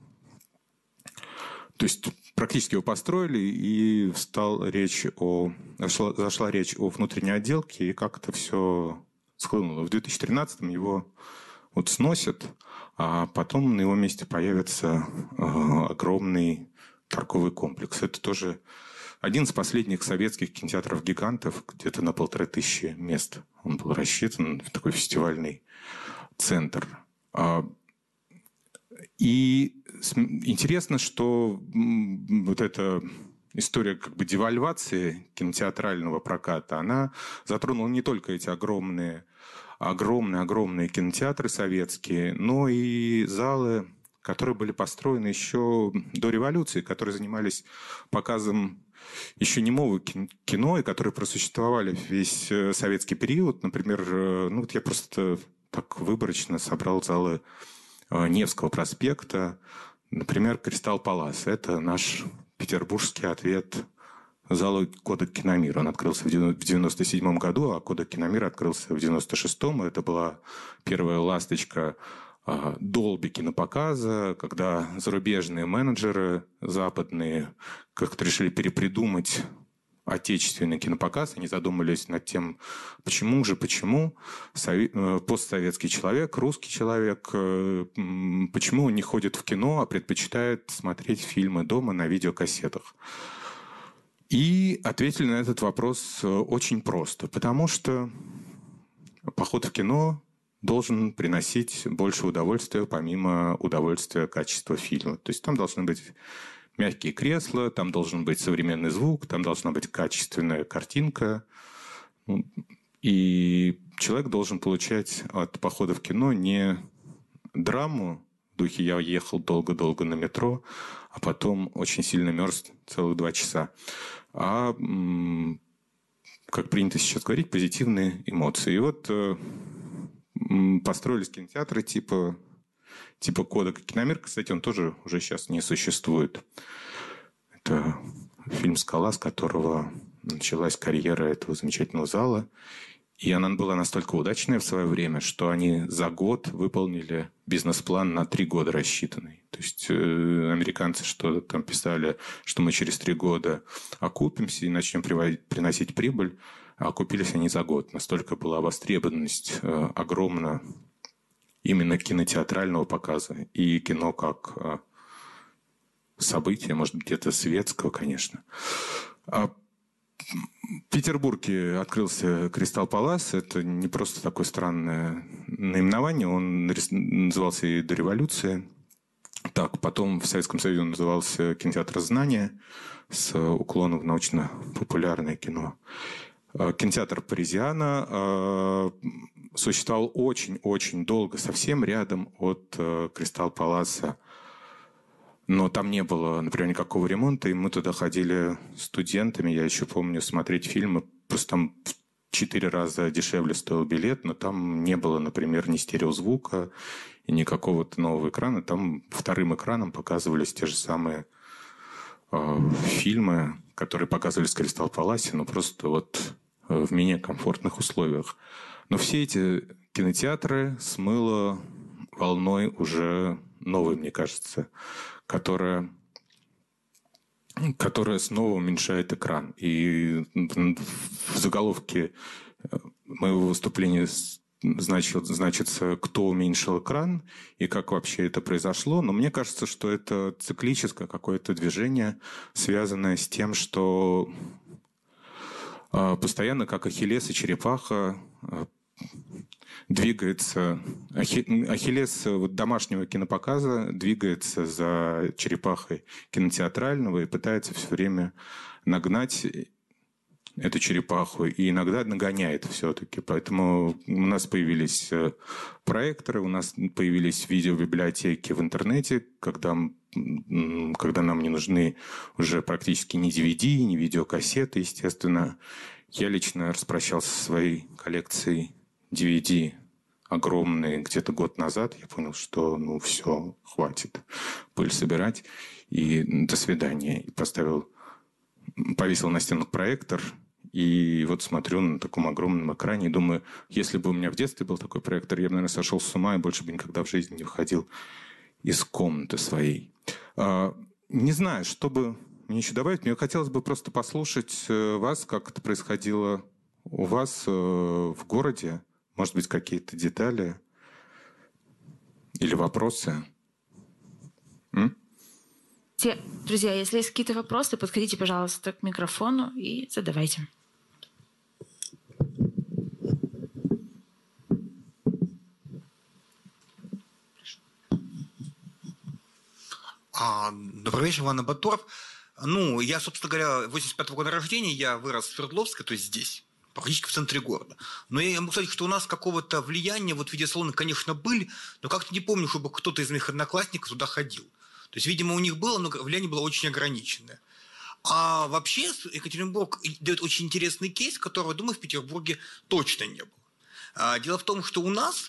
[SPEAKER 2] То есть практически его построили, и зашла речь о внутренней отделке, и как это все схлынуло. В 2013-м его вот сносят, а потом на его месте появится огромный торговый комплекс. Это тоже один из последних советских кинотеатров-гигантов, где-то на 1500 мест. Он был рассчитан в такой фестивальный центр. И интересно, что вот эта история как бы девальвации кинотеатрального проката, она затронула не только эти огромные кинотеатры советские, но и залы, которые были построены еще до революции, которые занимались показом еще немого кино, и которые просуществовали весь советский период. Например, ну вот я просто так выборочно собрал залы Невского проспекта, например, «Кристалл Палас». Это наш петербургский ответ залу «Кода Киномира». Он открылся в 1997 году, а «Кода Киномира» открылся в 1996. Это была первая ласточка Долби кинопоказа, когда зарубежные менеджеры западные как-то решили перепридумать отечественный кинопоказ. Они задумались над тем, почему постсоветский человек, русский человек, почему он не ходит в кино, а предпочитает смотреть фильмы дома на видеокассетах. И ответили на этот вопрос очень просто. Потому что поход в кино должен приносить больше удовольствия, помимо удовольствия качества фильма. То есть там должны быть мягкие кресла, там должен быть современный звук, там должна быть качественная картинка. И человек должен получать от похода в кино не драму, в духе «я ехал долго-долго на метро, а потом очень сильно мерз целых 2 часа», а, как принято сейчас говорить, позитивные эмоции. И вот построились кинотеатры типа «Кода Киномир». Кстати, он тоже уже сейчас не существует. Это фильм «Скала», с которого началась карьера этого замечательного зала. И она была настолько удачная в свое время, что они за год выполнили бизнес-план на 3 года рассчитанный. То есть американцы что-то там писали, что мы через 3 года окупимся и начнем приносить прибыль. А окупились они за год. Настолько была востребованность огромна именно кинотеатрального показа и кино как событие, может быть, где-то светского, конечно. В Петербурге открылся «Кристалл Палас». Это не просто такое странное наименование. Он назывался и до революции. Так, потом в Советском Союзе он назывался «Кинотеатр знания» с уклоном в научно-популярное кино. Кинотеатр Паризиана существовал очень-очень долго, совсем рядом от «Кристалл Паласа». Но там не было, например, никакого ремонта, и мы туда ходили студентами, я еще помню, смотреть фильмы. Просто там в 4 раза дешевле стоил билет, но там не было, например, ни стереозвука, и ни какого-то нового экрана. Там 2-м экраном показывались те же самые фильмы, которые показывались в «Кристалл Паласе», но просто вот в менее комфортных условиях. Но все эти кинотеатры смыло волной уже новой, мне кажется, которая которая снова уменьшает экран. И в заголовке моего выступления значится, кто уменьшил экран и как вообще это произошло. Но мне кажется, что это циклическое какое-то движение, связанное с тем, что постоянно, как Ахиллес и черепаха, двигается... Ахиллес домашнего кинопоказа двигается за черепахой кинотеатрального и пытается все время нагнать эту черепаху, и иногда нагоняет все-таки. Поэтому у нас появились проекторы, у нас появились видеобиблиотеки в интернете, когда нам не нужны уже практически ни DVD, ни видеокассеты, естественно. Я лично распрощался со своей коллекцией DVD огромной где-то год назад. Я понял, что все, хватит пыль собирать, и до свидания. И повесил на стену проектор, и вот смотрю на таком огромном экране и думаю, если бы у меня в детстве был такой проектор, я бы, наверное, сошел с ума и больше бы никогда в жизни не выходил из комнаты своей. Не знаю, что бы мне еще добавить. Мне хотелось бы просто послушать вас, как это происходило у вас в городе. Может быть, какие-то детали или вопросы?
[SPEAKER 11] Друзья, если есть какие-то вопросы, подходите, пожалуйста, к микрофону и задавайте.
[SPEAKER 12] Добрый вечер, Иван Баторов. Я, собственно говоря, 85-го года рождения, я вырос в Свердловске, то есть здесь, практически в центре города. Но я могу сказать, что у нас какого-то влияния вот видеосалоны, конечно, были, но как-то не помню, чтобы кто-то из моих одноклассников туда ходил. То есть, видимо, у них было, но влияние было очень ограниченное. А вообще Екатеринбург дает очень интересный кейс, которого, думаю, в Петербурге точно не было. Дело в том, что у нас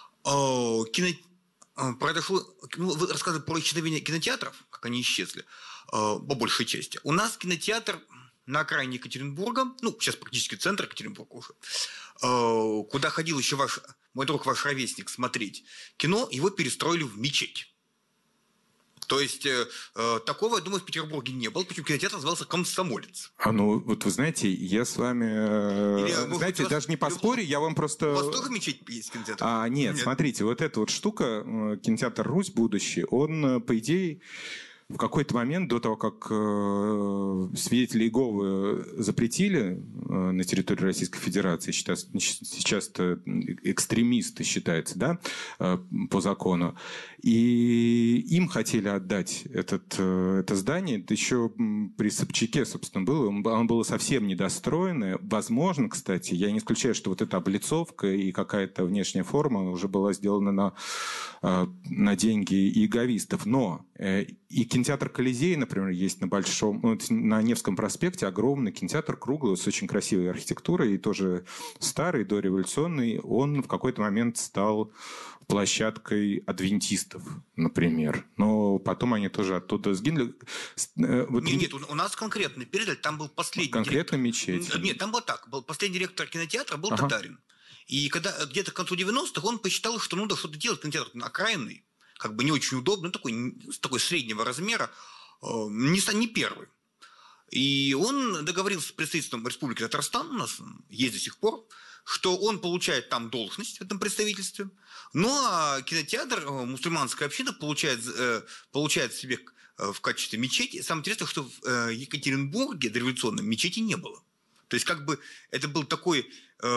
[SPEAKER 12] произошло... Вы рассказывали про исчезновение кинотеатров, как они исчезли, по большей части. У нас кинотеатр на окраине Екатеринбурга, сейчас практически центр Екатеринбурга уже, куда ходил еще мой друг, ваш ровесник, смотреть кино, его перестроили в мечеть. То есть такого, я думаю, в Петербурге не было, почему кинотеатр назывался «Комсомолец».
[SPEAKER 2] Вот вы знаете, я с вами, даже не поспорю, я вам просто...
[SPEAKER 12] У вас тоже мечеть есть кинотеатр?
[SPEAKER 2] Нет, смотрите, вот эта вот штука, кинотеатр «Русь» будущий, он, по идее, в какой-то момент, до того, как свидетели Иеговы запретили на территории Российской Федерации, сейчас это экстремисты считается, да, по закону, и им хотели отдать это здание, это еще при Собчаке, собственно, было, оно было совсем недостроенное. Возможно, кстати, я не исключаю, что вот эта облицовка и какая-то внешняя форма уже была сделана на деньги иеговистов, но и кинотеатр «Колизей», например, есть на Невском проспекте, огромный кинотеатр, круглый, с очень красивой архитектурой, и тоже старый, дореволюционный. Он в какой-то момент стал площадкой адвентистов, например. Но потом они тоже оттуда сгинули.
[SPEAKER 12] Нет, у нас конкретно передали, там был последний
[SPEAKER 2] конкретно
[SPEAKER 12] директор.
[SPEAKER 2] Мечеть?
[SPEAKER 12] Нет, там было так. Был последний директор кинотеатра был татарин. И когда где-то к концу 90-х он посчитал, что надо что-то делать, кинотеатр окраинный, как бы не очень удобно, такой среднего размера, не первый. И он договорился с представительством Республики Татарстан, у нас есть до сих пор, что он получает там должность в этом представительстве, а кинотеатр, мусульманская община получает себе в качестве мечети. Самое интересное, что в Екатеринбурге дореволюционном мечети не было. То есть, как бы это был такой...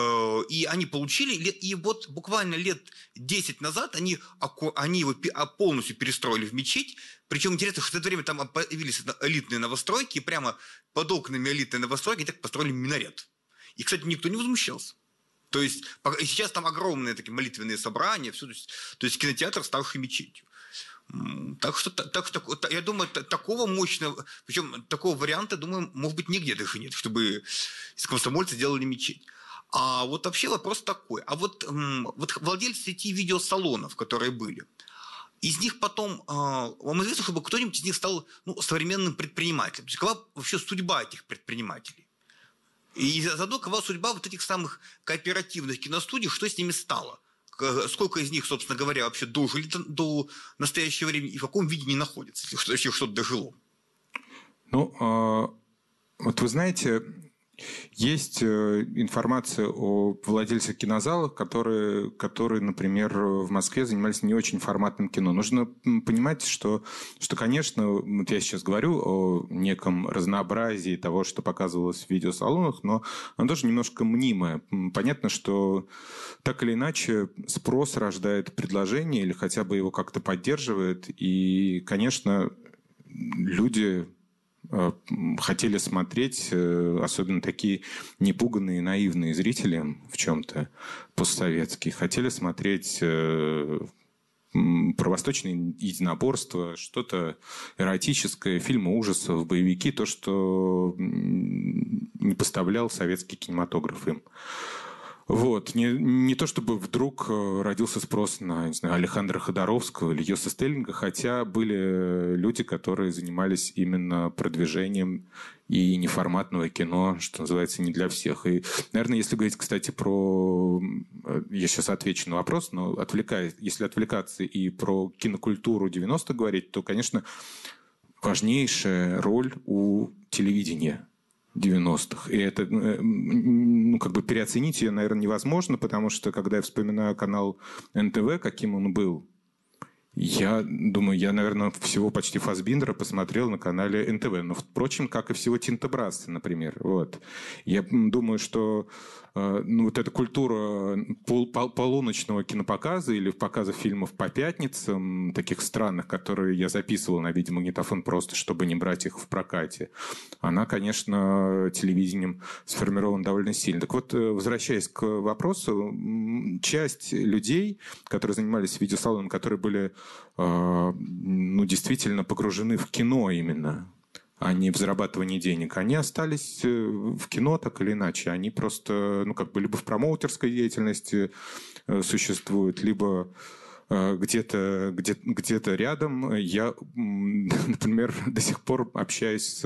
[SPEAKER 12] И они получили, и вот буквально лет 10 назад они его полностью перестроили в мечеть. Причем интересно, что в это время там появились элитные новостройки, и прямо под окнами элитной новостройки так построили минарет. И, кстати, никто не возмущался. То есть сейчас там огромные такие молитвенные собрания, все, то есть кинотеатр, ставший мечетью. Так что я думаю, такого мощного, причем такого варианта, думаю, может быть, нигде даже нет, чтобы из Комсомольца сделали мечеть. А вот вообще вопрос такой. А вот владельцы сети видеосалонов, которые были, из них потом, вам известно, чтобы кто-нибудь из них стал современным предпринимателем? То есть какова вообще судьба этих предпринимателей? И заодно какова судьба вот этих самых кооперативных киностудий, что с ними стало? Сколько из них, собственно говоря, вообще дожили до настоящего времени и в каком виде не находятся, если вообще что-то дожило?
[SPEAKER 2] Ну, вот вы знаете, есть информация о владельцах кинозалов, которые, например, в Москве занимались не очень форматным кино. Нужно понимать, что, конечно, вот я сейчас говорю о неком разнообразии того, что показывалось в видеосалонах, но оно тоже немножко мнимое. Понятно, что так или иначе спрос рождает предложение или хотя бы его как-то поддерживает. И, конечно, люди хотели смотреть, особенно такие непуганные, наивные зрители в чем-то постсоветские, хотели смотреть про восточное единоборство, что-то эротическое, фильмы ужасов, боевики, то, что не поставлял советский кинематограф им. Вот. Не то чтобы вдруг родился спрос на, не знаю, Александра Ходоровского или Йоса Стеллинга, хотя были люди, которые занимались именно продвижением и неформатного кино, что называется, не для всех. И, наверное, если говорить, кстати, про... Я сейчас отвечу на вопрос, но если отвлекаться и про кинокультуру 90-х говорить, то, конечно, важнейшая роль у телевидения 90-х. И это, как бы переоценить ее, наверное, невозможно, потому что, когда я вспоминаю канал НТВ, каким он был, я думаю, я, наверное, всего почти Фассбиндера посмотрел на канале НТВ. Но, впрочем, как и всего Тинто Брасса, например. Вот. Я думаю, что вот эта культура полуночного кинопоказа или показа фильмов по пятницам, таких странных, которые я записывал на видеомагнитофон просто, чтобы не брать их в прокате, она, конечно, телевидением сформирована довольно сильно. Так вот, возвращаясь к вопросу, часть людей, которые занимались видеосалоном, которые были действительно погружены в кино именно, а не в зарабатывание денег, они остались в кино так или иначе. Они просто, либо в промоутерской деятельности существуют, либо где-то рядом. Я, например, до сих пор общаюсь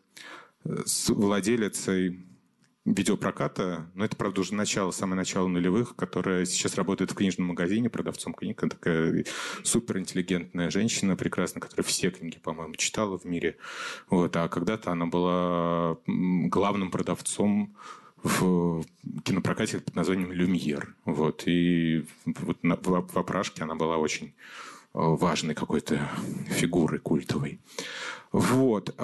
[SPEAKER 2] с владелицей видеопроката, но это, правда, уже самое начало нулевых, которая сейчас работает в книжном магазине продавцом книг. Она такая суперинтеллигентная женщина, прекрасная, которая все книги, по-моему, читала в мире. Вот. А когда-то она была главным продавцом в кинопрокате под названием «Люмьер». Вот. И вот в «Опрашке» она была очень важной какой-то фигурой культовой. Вот.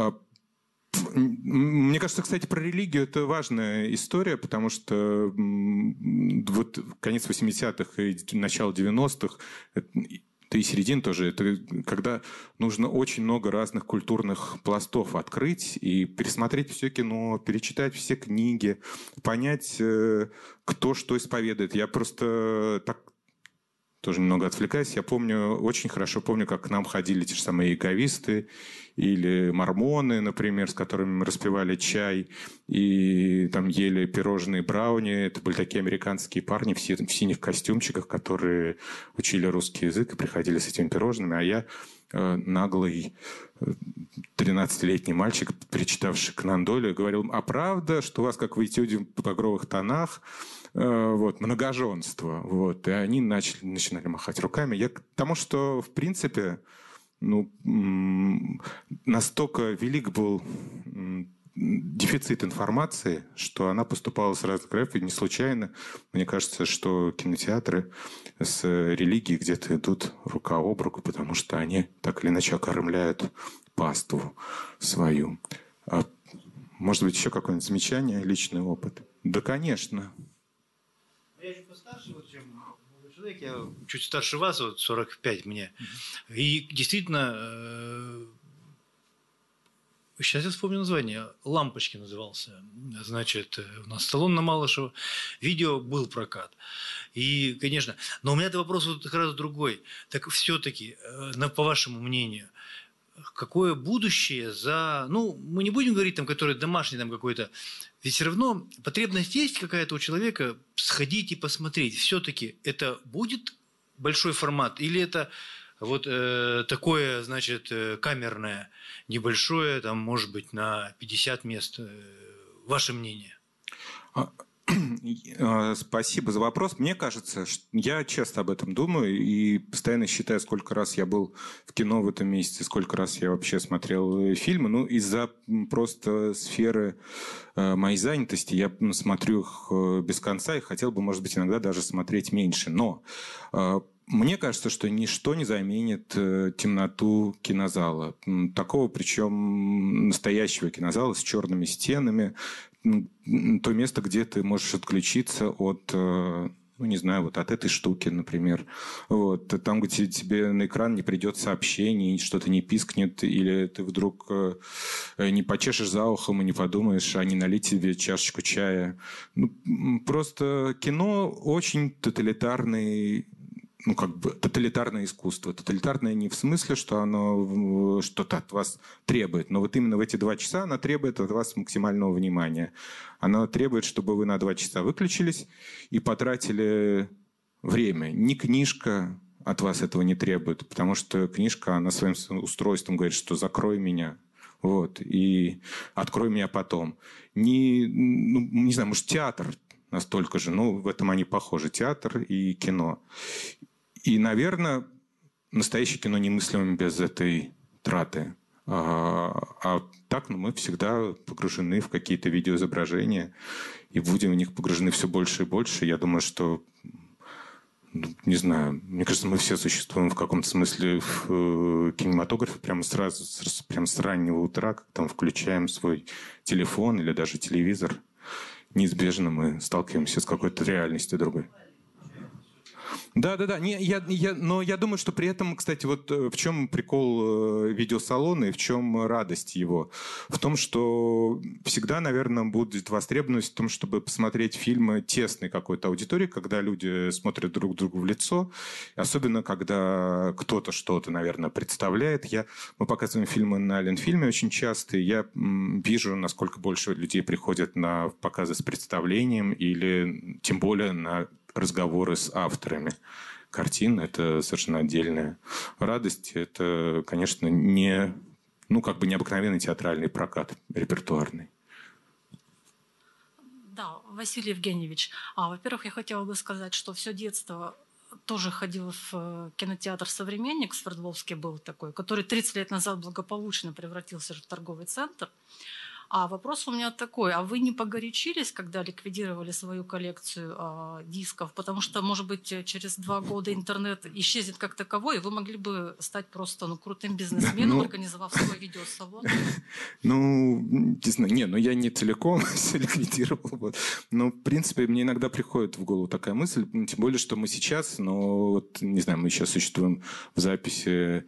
[SPEAKER 2] Мне кажется, кстати, про религию это важная история, потому что вот конец 80-х и начало 90-х, да и середина тоже, это когда нужно очень много разных культурных пластов открыть и пересмотреть все кино, перечитать все книги, понять, кто что исповедует. Я просто так тоже немного отвлекаюсь. Я очень хорошо помню, как к нам ходили те же самые иеговисты или мормоны, например, с которыми мы распивали чай и там ели пирожные брауни. Это были такие американские парни в синих костюмчиках, которые учили русский язык и приходили с этими пирожными. А я наглый 13-летний мальчик, перечитавший Конан Дойля, говорил: а правда, что у вас, как в «Этюде в багровых тонах», многоженство. Вот. И они начинали махать руками. Я к тому, что, в принципе, настолько велик был дефицит информации, что она поступала с разных краев, и не случайно. Мне кажется, что кинотеатры с религией где-то идут рука об руку, потому что они так или иначе окормляют паству свою. Может быть, еще какое-нибудь замечание, личный опыт? Да, конечно.
[SPEAKER 13] Я чуть постарше, чем молодой человек, я чуть старше вас, 45 мне. И действительно, сейчас я вспомню название, «Лампочки» назывался. Значит, у нас салон на Малышева, видео был прокат. И, конечно, но у меня вопрос как раз другой. Так все-таки, по вашему мнению, какое будущее за... мы не будем говорить, который домашний такой-то. Ведь все равно потребность есть какая-то у человека сходить и посмотреть. Все-таки это будет большой формат или это такое, значит, камерное, небольшое, может быть, на 50 мест? Ваше мнение?
[SPEAKER 2] Спасибо за вопрос. Мне кажется, я часто об этом думаю и постоянно считаю, сколько раз я был в кино в этом месяце, сколько раз я вообще смотрел фильмы. Ну, из-за просто сферы моей занятости я смотрю их без конца и хотел бы, может быть, иногда даже смотреть меньше. Но мне кажется, что ничто не заменит темноту кинозала. Такого, причем настоящего кинозала с черными стенами. То место, где ты можешь отключиться от, ну, не знаю, вот от этой штуки, например. Вот. Там, где тебе на экран не придет сообщение, что-то не пискнет, или ты вдруг не почешешь за ухом и не подумаешь, а не налить тебе чашечку чая. Ну, просто кино очень тоталитарный, ну, как бы тоталитарное искусство. Тоталитарное не в смысле, что оно что-то от вас требует, но вот именно в эти 2 часа оно требует от вас максимального внимания. Оно требует, чтобы вы на 2 часа выключились и потратили время. Ни книжка от вас этого не требует, потому что книжка, она своим устройством говорит, что закрой меня. Вот, и открой меня потом. Не знаю, может, театр настолько же, ну, в этом они похожи, театр и кино. И, наверное, настоящее кино немыслимо без этой траты. А так, ну, мы всегда погружены в какие-то видеоизображения и будем в них погружены все больше и больше. Я думаю, что, ну, не знаю, мне кажется, мы все существуем в каком-то смысле в кинематографе прямо сразу, прямо с раннего утра, когда мы включаем свой телефон или даже телевизор. Неизбежно мы сталкиваемся с какой-то реальностью другой. Да. Но я думаю, что при этом, кстати, вот в чем прикол видеосалона и в чем радость его? В том, что всегда, наверное, будет востребованность в том, чтобы посмотреть фильмы тесной какой-то аудитории, когда люди смотрят друг другу в лицо, особенно когда кто-то что-то, наверное, представляет. Мы показываем фильмы на Ленфильме очень часто, и я вижу, насколько больше людей приходят на показы с представлением или тем более на разговоры с авторами картин. Это совершенно отдельная радость. Это, конечно, необыкновенный театральный прокат, репертуарный.
[SPEAKER 14] Да, Василий Евгеньевич, во-первых, я хотела бы сказать, что все детство тоже ходила в кинотеатр «Современник», в Свердловске был такой, который 30 лет назад благополучно превратился в торговый центр. А вопрос у меня такой, а вы не погорячились, когда ликвидировали свою коллекцию дисков? Потому что, может быть, через 2 года интернет исчезнет как таковой, и вы могли бы стать просто крутым бизнесменом, организовав свой видеосалон.
[SPEAKER 2] Не знаю, я не целиком все ликвидировал. Но, в принципе, мне иногда приходит в голову такая мысль, тем более, что мы сейчас, мы сейчас существуем в записи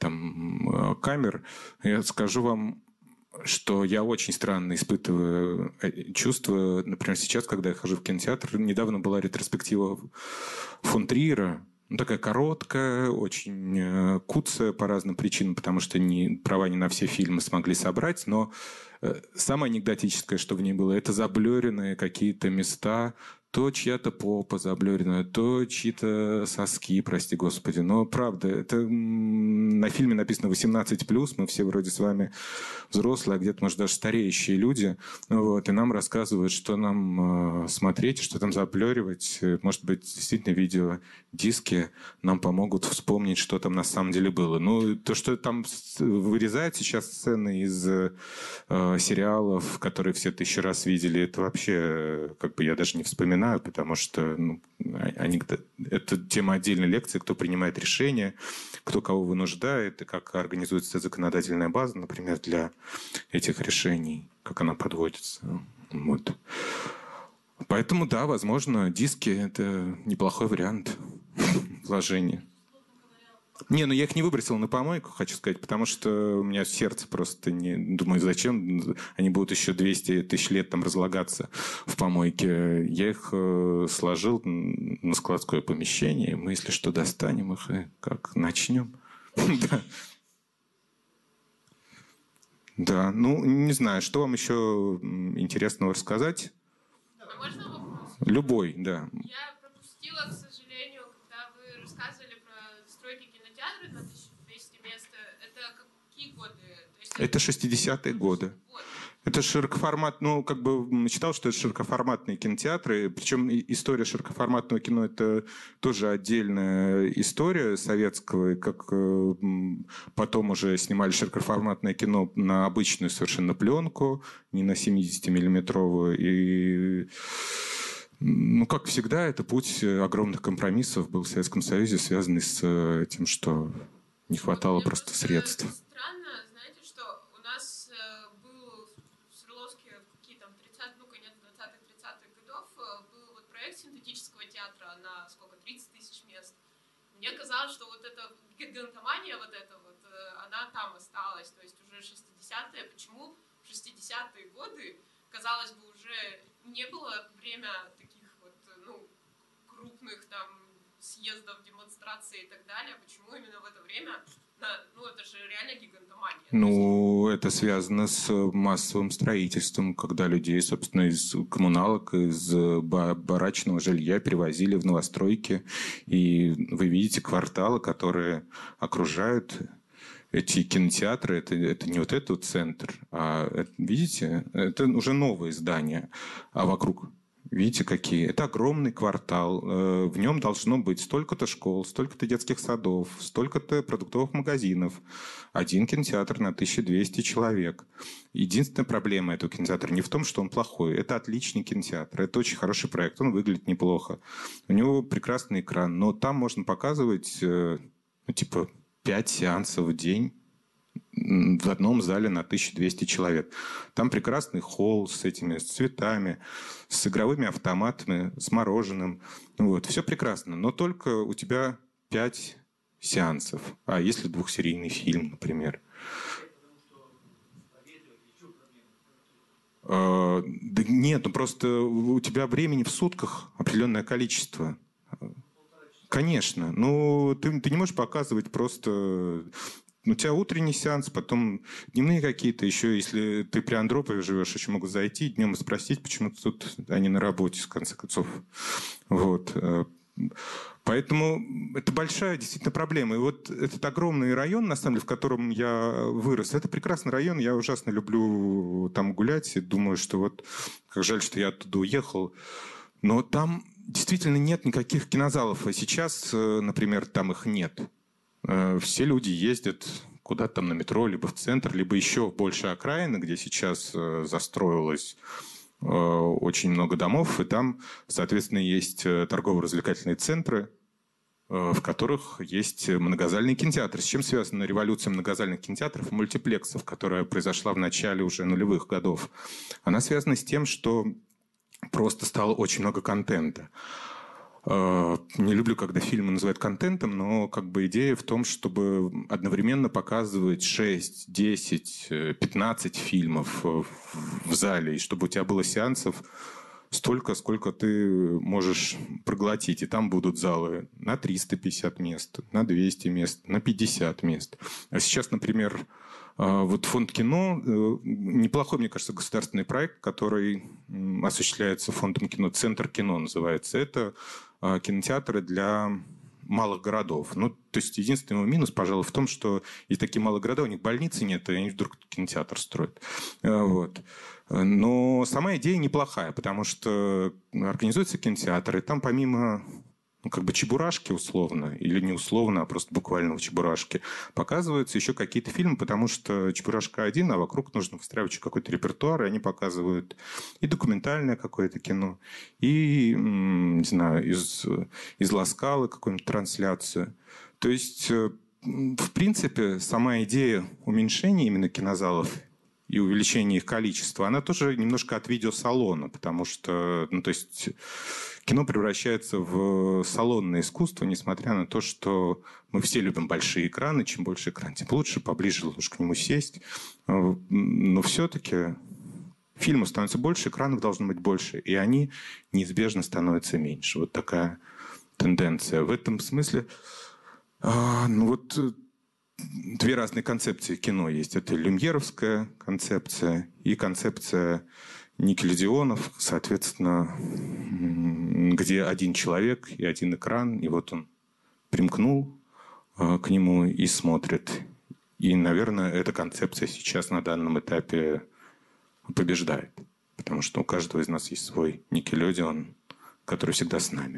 [SPEAKER 2] камер. Я скажу вам, что я очень странно испытываю чувства. Например, сейчас, когда я хожу в кинотеатр, недавно была ретроспектива фон Триера. Такая короткая, очень куцая по разным причинам, потому что права не на все фильмы смогли собрать. Но самое анекдотическое, что в ней было, это заблюренные какие-то места, то чья-то попа заблюренная, то чьи-то соски, прости господи. Но правда, это на фильме написано 18+, мы все вроде с вами взрослые, а где-то, может, даже стареющие люди. Вот, и нам рассказывают, что нам смотреть, что там заблюривать. Может быть, действительно, видеодиски нам помогут вспомнить, что там на самом деле было. То, что там вырезают сейчас сцены из сериалов, которые все 1000 раз видели, это вообще, я даже не вспоминаю, потому что это тема отдельной лекции, кто принимает решения, кто кого вынуждает, и как организуется законодательная база, например, для этих решений, как она подводится. Вот. Поэтому, да, возможно, диски – это неплохой вариант вложения. Я их не выбросил на помойку, хочу сказать, потому что у меня сердце просто не... Думаю, зачем они будут еще 200 тысяч лет там разлагаться в помойке. Я их сложил на складское помещение. Мы, если что, достанем их и начнем. Да, не знаю, что вам еще интересного рассказать?
[SPEAKER 15] Можно вопрос?
[SPEAKER 2] Любой, да.
[SPEAKER 15] Я пропустила, к сожалению, когда вы рассказывали про стройки кинотеатра 2200 мест. Это какие годы?
[SPEAKER 2] Это 60-е годы. Это широкоформат, считал, что это широкоформатные кинотеатры, причем история широкоформатного кино – это тоже отдельная история советского, как потом уже снимали широкоформатное кино на обычную совершенно пленку, не на 70-миллиметровую, и как всегда, это путь огромных компромиссов был в Советском Союзе, связанный с тем, что не хватало просто средств.
[SPEAKER 15] Мне казалось, что вот эта гигантомания, она там осталась, то есть уже 60-е. Почему в 60-е годы, казалось бы, уже не было время таких крупных там съездов, демонстраций и так далее? Почему именно в это время? Это же реально гигантомания.
[SPEAKER 2] Это связано с массовым строительством, когда людей, собственно, из коммуналок, из барачного жилья перевозили в новостройки. И вы видите кварталы, которые окружают эти кинотеатры. Это не вот этот центр, а, видите, это уже новые здания. А вокруг... Видите, какие? Это огромный квартал. В нем должно быть столько-то школ, столько-то детских садов, столько-то продуктовых магазинов. Один кинотеатр на 1200 человек. Единственная проблема этого кинотеатра не в том, что он плохой. Это отличный кинотеатр. Это очень хороший проект. Он выглядит неплохо. У него прекрасный экран. Но там можно показывать 5 сеансов в день. В одном зале на 1200 человек. Там прекрасный холл с цветами, с игровыми автоматами, с мороженым. Все прекрасно. Но только у тебя 5 сеансов. А если двухсерийный фильм, например? Да нет, просто у тебя времени в сутках определенное количество. Конечно. Ты не можешь показывать просто... У тебя утренний сеанс, потом дневные какие-то. Еще если ты при Андропове живешь, еще могут зайти днем и спросить, почему ты тут, а не на работе, в конце концов. Поэтому это большая действительно проблема. И этот огромный район, на самом деле, в котором я вырос, это прекрасный район. Я ужасно люблю там гулять. И думаю, что как жаль, что я оттуда уехал. Но там действительно нет никаких кинозалов. А сейчас, например, там их нет. Все люди ездят куда-то там на метро, либо в центр, либо еще в большие окраины, где сейчас застроилось очень много домов, и там, соответственно, есть торгово-развлекательные центры, в которых есть многозальные кинотеатры. С чем связана революция многозальных кинотеатров и мультиплексов, которая произошла в начале уже нулевых годов? Она связана с тем, что просто стало очень много контента. Не люблю, когда фильмы называют контентом, но идея в том, чтобы одновременно показывать 6, 10, 15 фильмов в зале, и чтобы у тебя было сеансов столько, сколько ты можешь проглотить. И там будут залы на 350 мест, на 200 мест, на 50 мест. А сейчас, например, Фонд кино, неплохой, мне кажется, государственный проект, который осуществляется Фондом кино, Центр кино называется. Это кинотеатры для малых городов. То есть единственный его минус, пожалуй, в том, что есть такие малые города, у них больницы нет, и они вдруг кинотеатр строят. Но сама идея неплохая, потому что организуются кинотеатры, и там помимо чебурашки условно, или не условно, а просто буквально чебурашки, показываются еще какие-то фильмы, потому что чебурашка один, а вокруг нужно выстраивать какой-то репертуар, и они показывают и документальное какое-то кино, и, не знаю, из Ласкалы какую-нибудь трансляцию. То есть, в принципе, сама идея уменьшения именно кинозалов и увеличения их количества, она тоже немножко от видеосалона, потому что, кино превращается в салонное искусство, несмотря на то, что мы все любим большие экраны. Чем больше экран, тем лучше, поближе лучше к нему сесть. Но все-таки фильмов становится больше, экранов должно быть больше, и они неизбежно становятся меньше. Вот такая тенденция. В этом смысле две разные концепции кино есть. Это люмьеровская концепция и концепция Никелодеонов, соответственно, где один человек и один экран, и он примкнул к нему и смотрит. И, наверное, эта концепция сейчас на данном этапе побеждает. Потому что у каждого из нас есть свой Никелодеон, который всегда с нами.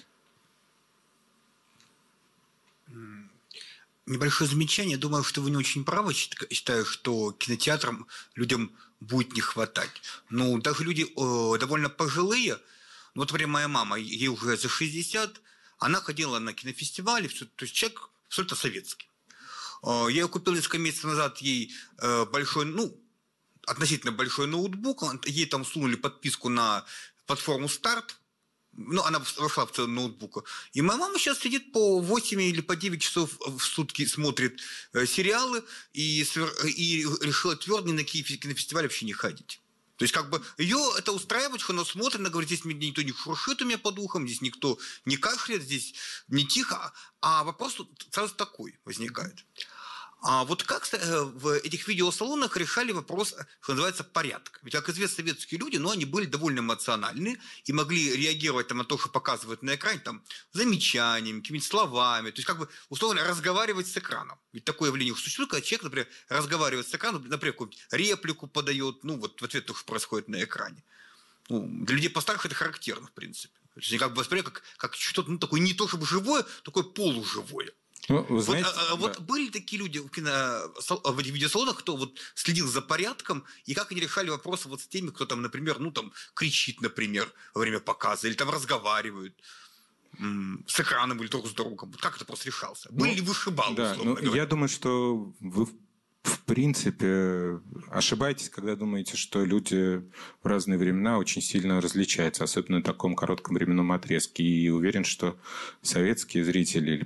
[SPEAKER 12] Небольшое замечание. Думаю, что вы не очень правы. Считаю, что кинотеатрам людям будет не хватать. Ну, даже люди довольно пожилые. Ну, вот, например, моя мама, ей уже за 60, она ходила на кинофестивали, то есть человек абсолютно советский. Я ее купил несколько месяцев назад, ей большой, относительно большой ноутбук, ей там сунули подписку на платформу «Старт», она вошла в целый ноутбук. И моя мама сейчас сидит по 8 или по 9 часов в сутки, смотрит сериалы и решила твердо ни на какие кинофестивали вообще не ходить. То есть, ее это устраивает, что она смотрит, она говорит, здесь никто не шуршит у меня под ухом, здесь никто не кашляет, здесь не тихо. А вопрос сразу такой возникает. А вот как в этих видеосалонах решали вопрос, что называется, порядка? Ведь, как известно, советские люди, они были довольно эмоциональны и могли реагировать на то, что показывают на экране, замечаниями, какими-то словами. То есть, условно, разговаривать с экраном. Ведь такое явление существует, когда человек, например, разговаривает с экраном, например, какую-нибудь реплику подает, в ответ то, что происходит на экране. Для людей постарше это характерно, в принципе. То есть, они воспринимают как что-то такое не то чтобы живое, такое полуживое.
[SPEAKER 2] Вы знаете,
[SPEAKER 12] вот были такие люди в этих видеосалонах, кто следил за порядком, и как они решали вопросы с теми, кто там, например, кричит, например, во время показа, или там разговаривают с экраном или друг с другом. Вот как это просто решался? Были ли вышибалы, условно говоря?
[SPEAKER 2] Я думаю, что вы в принципе ошибаетесь, когда думаете, что люди в разные времена очень сильно различаются, особенно в таком коротком временном отрезке. И уверен, что советские зрители,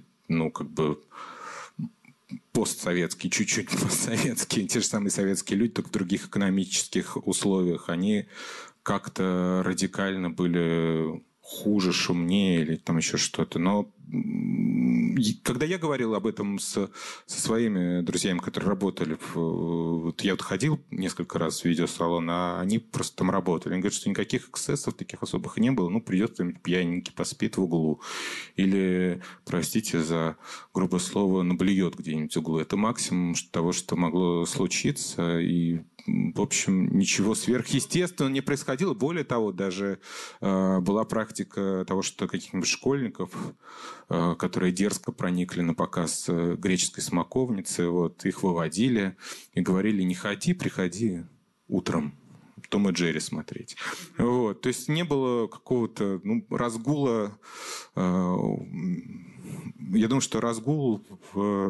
[SPEAKER 2] постсоветские, чуть-чуть постсоветские, те же самые советские люди, только в других экономических условиях, они как-то радикально были хуже, шумнее или там еще что-то. Но когда я говорил об этом со своими друзьями, которые работали, я ходил несколько раз в видеосалон, а они просто там работали. Они говорят, что никаких эксцессов таких особых не было. Придет кто-нибудь пьяненький, поспит в углу. Или, простите за грубое слово, наблюет где-нибудь в углу. Это максимум того, что могло случиться. И, в общем, ничего сверхъестественного не происходило. Более того, даже была практика того, что каких-нибудь школьников, которые дерзко проникли на показ греческой смоковницы, их выводили и говорили: не ходи, приходи утром Том и Джерри смотреть. То есть не было какого-то разгула. Я думаю, что разгул в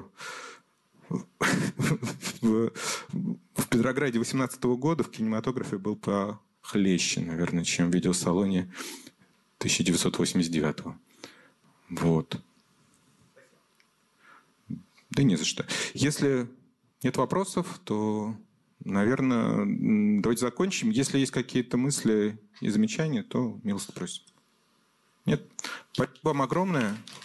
[SPEAKER 2] Петрограде 18 года в кинематографе был похлеще, наверное, чем в видеосалоне 1989. Да не за что. Если нет вопросов, то, наверное, давайте закончим. Если есть какие-то мысли и замечания, то милости просим. Нет? Спасибо вам огромное.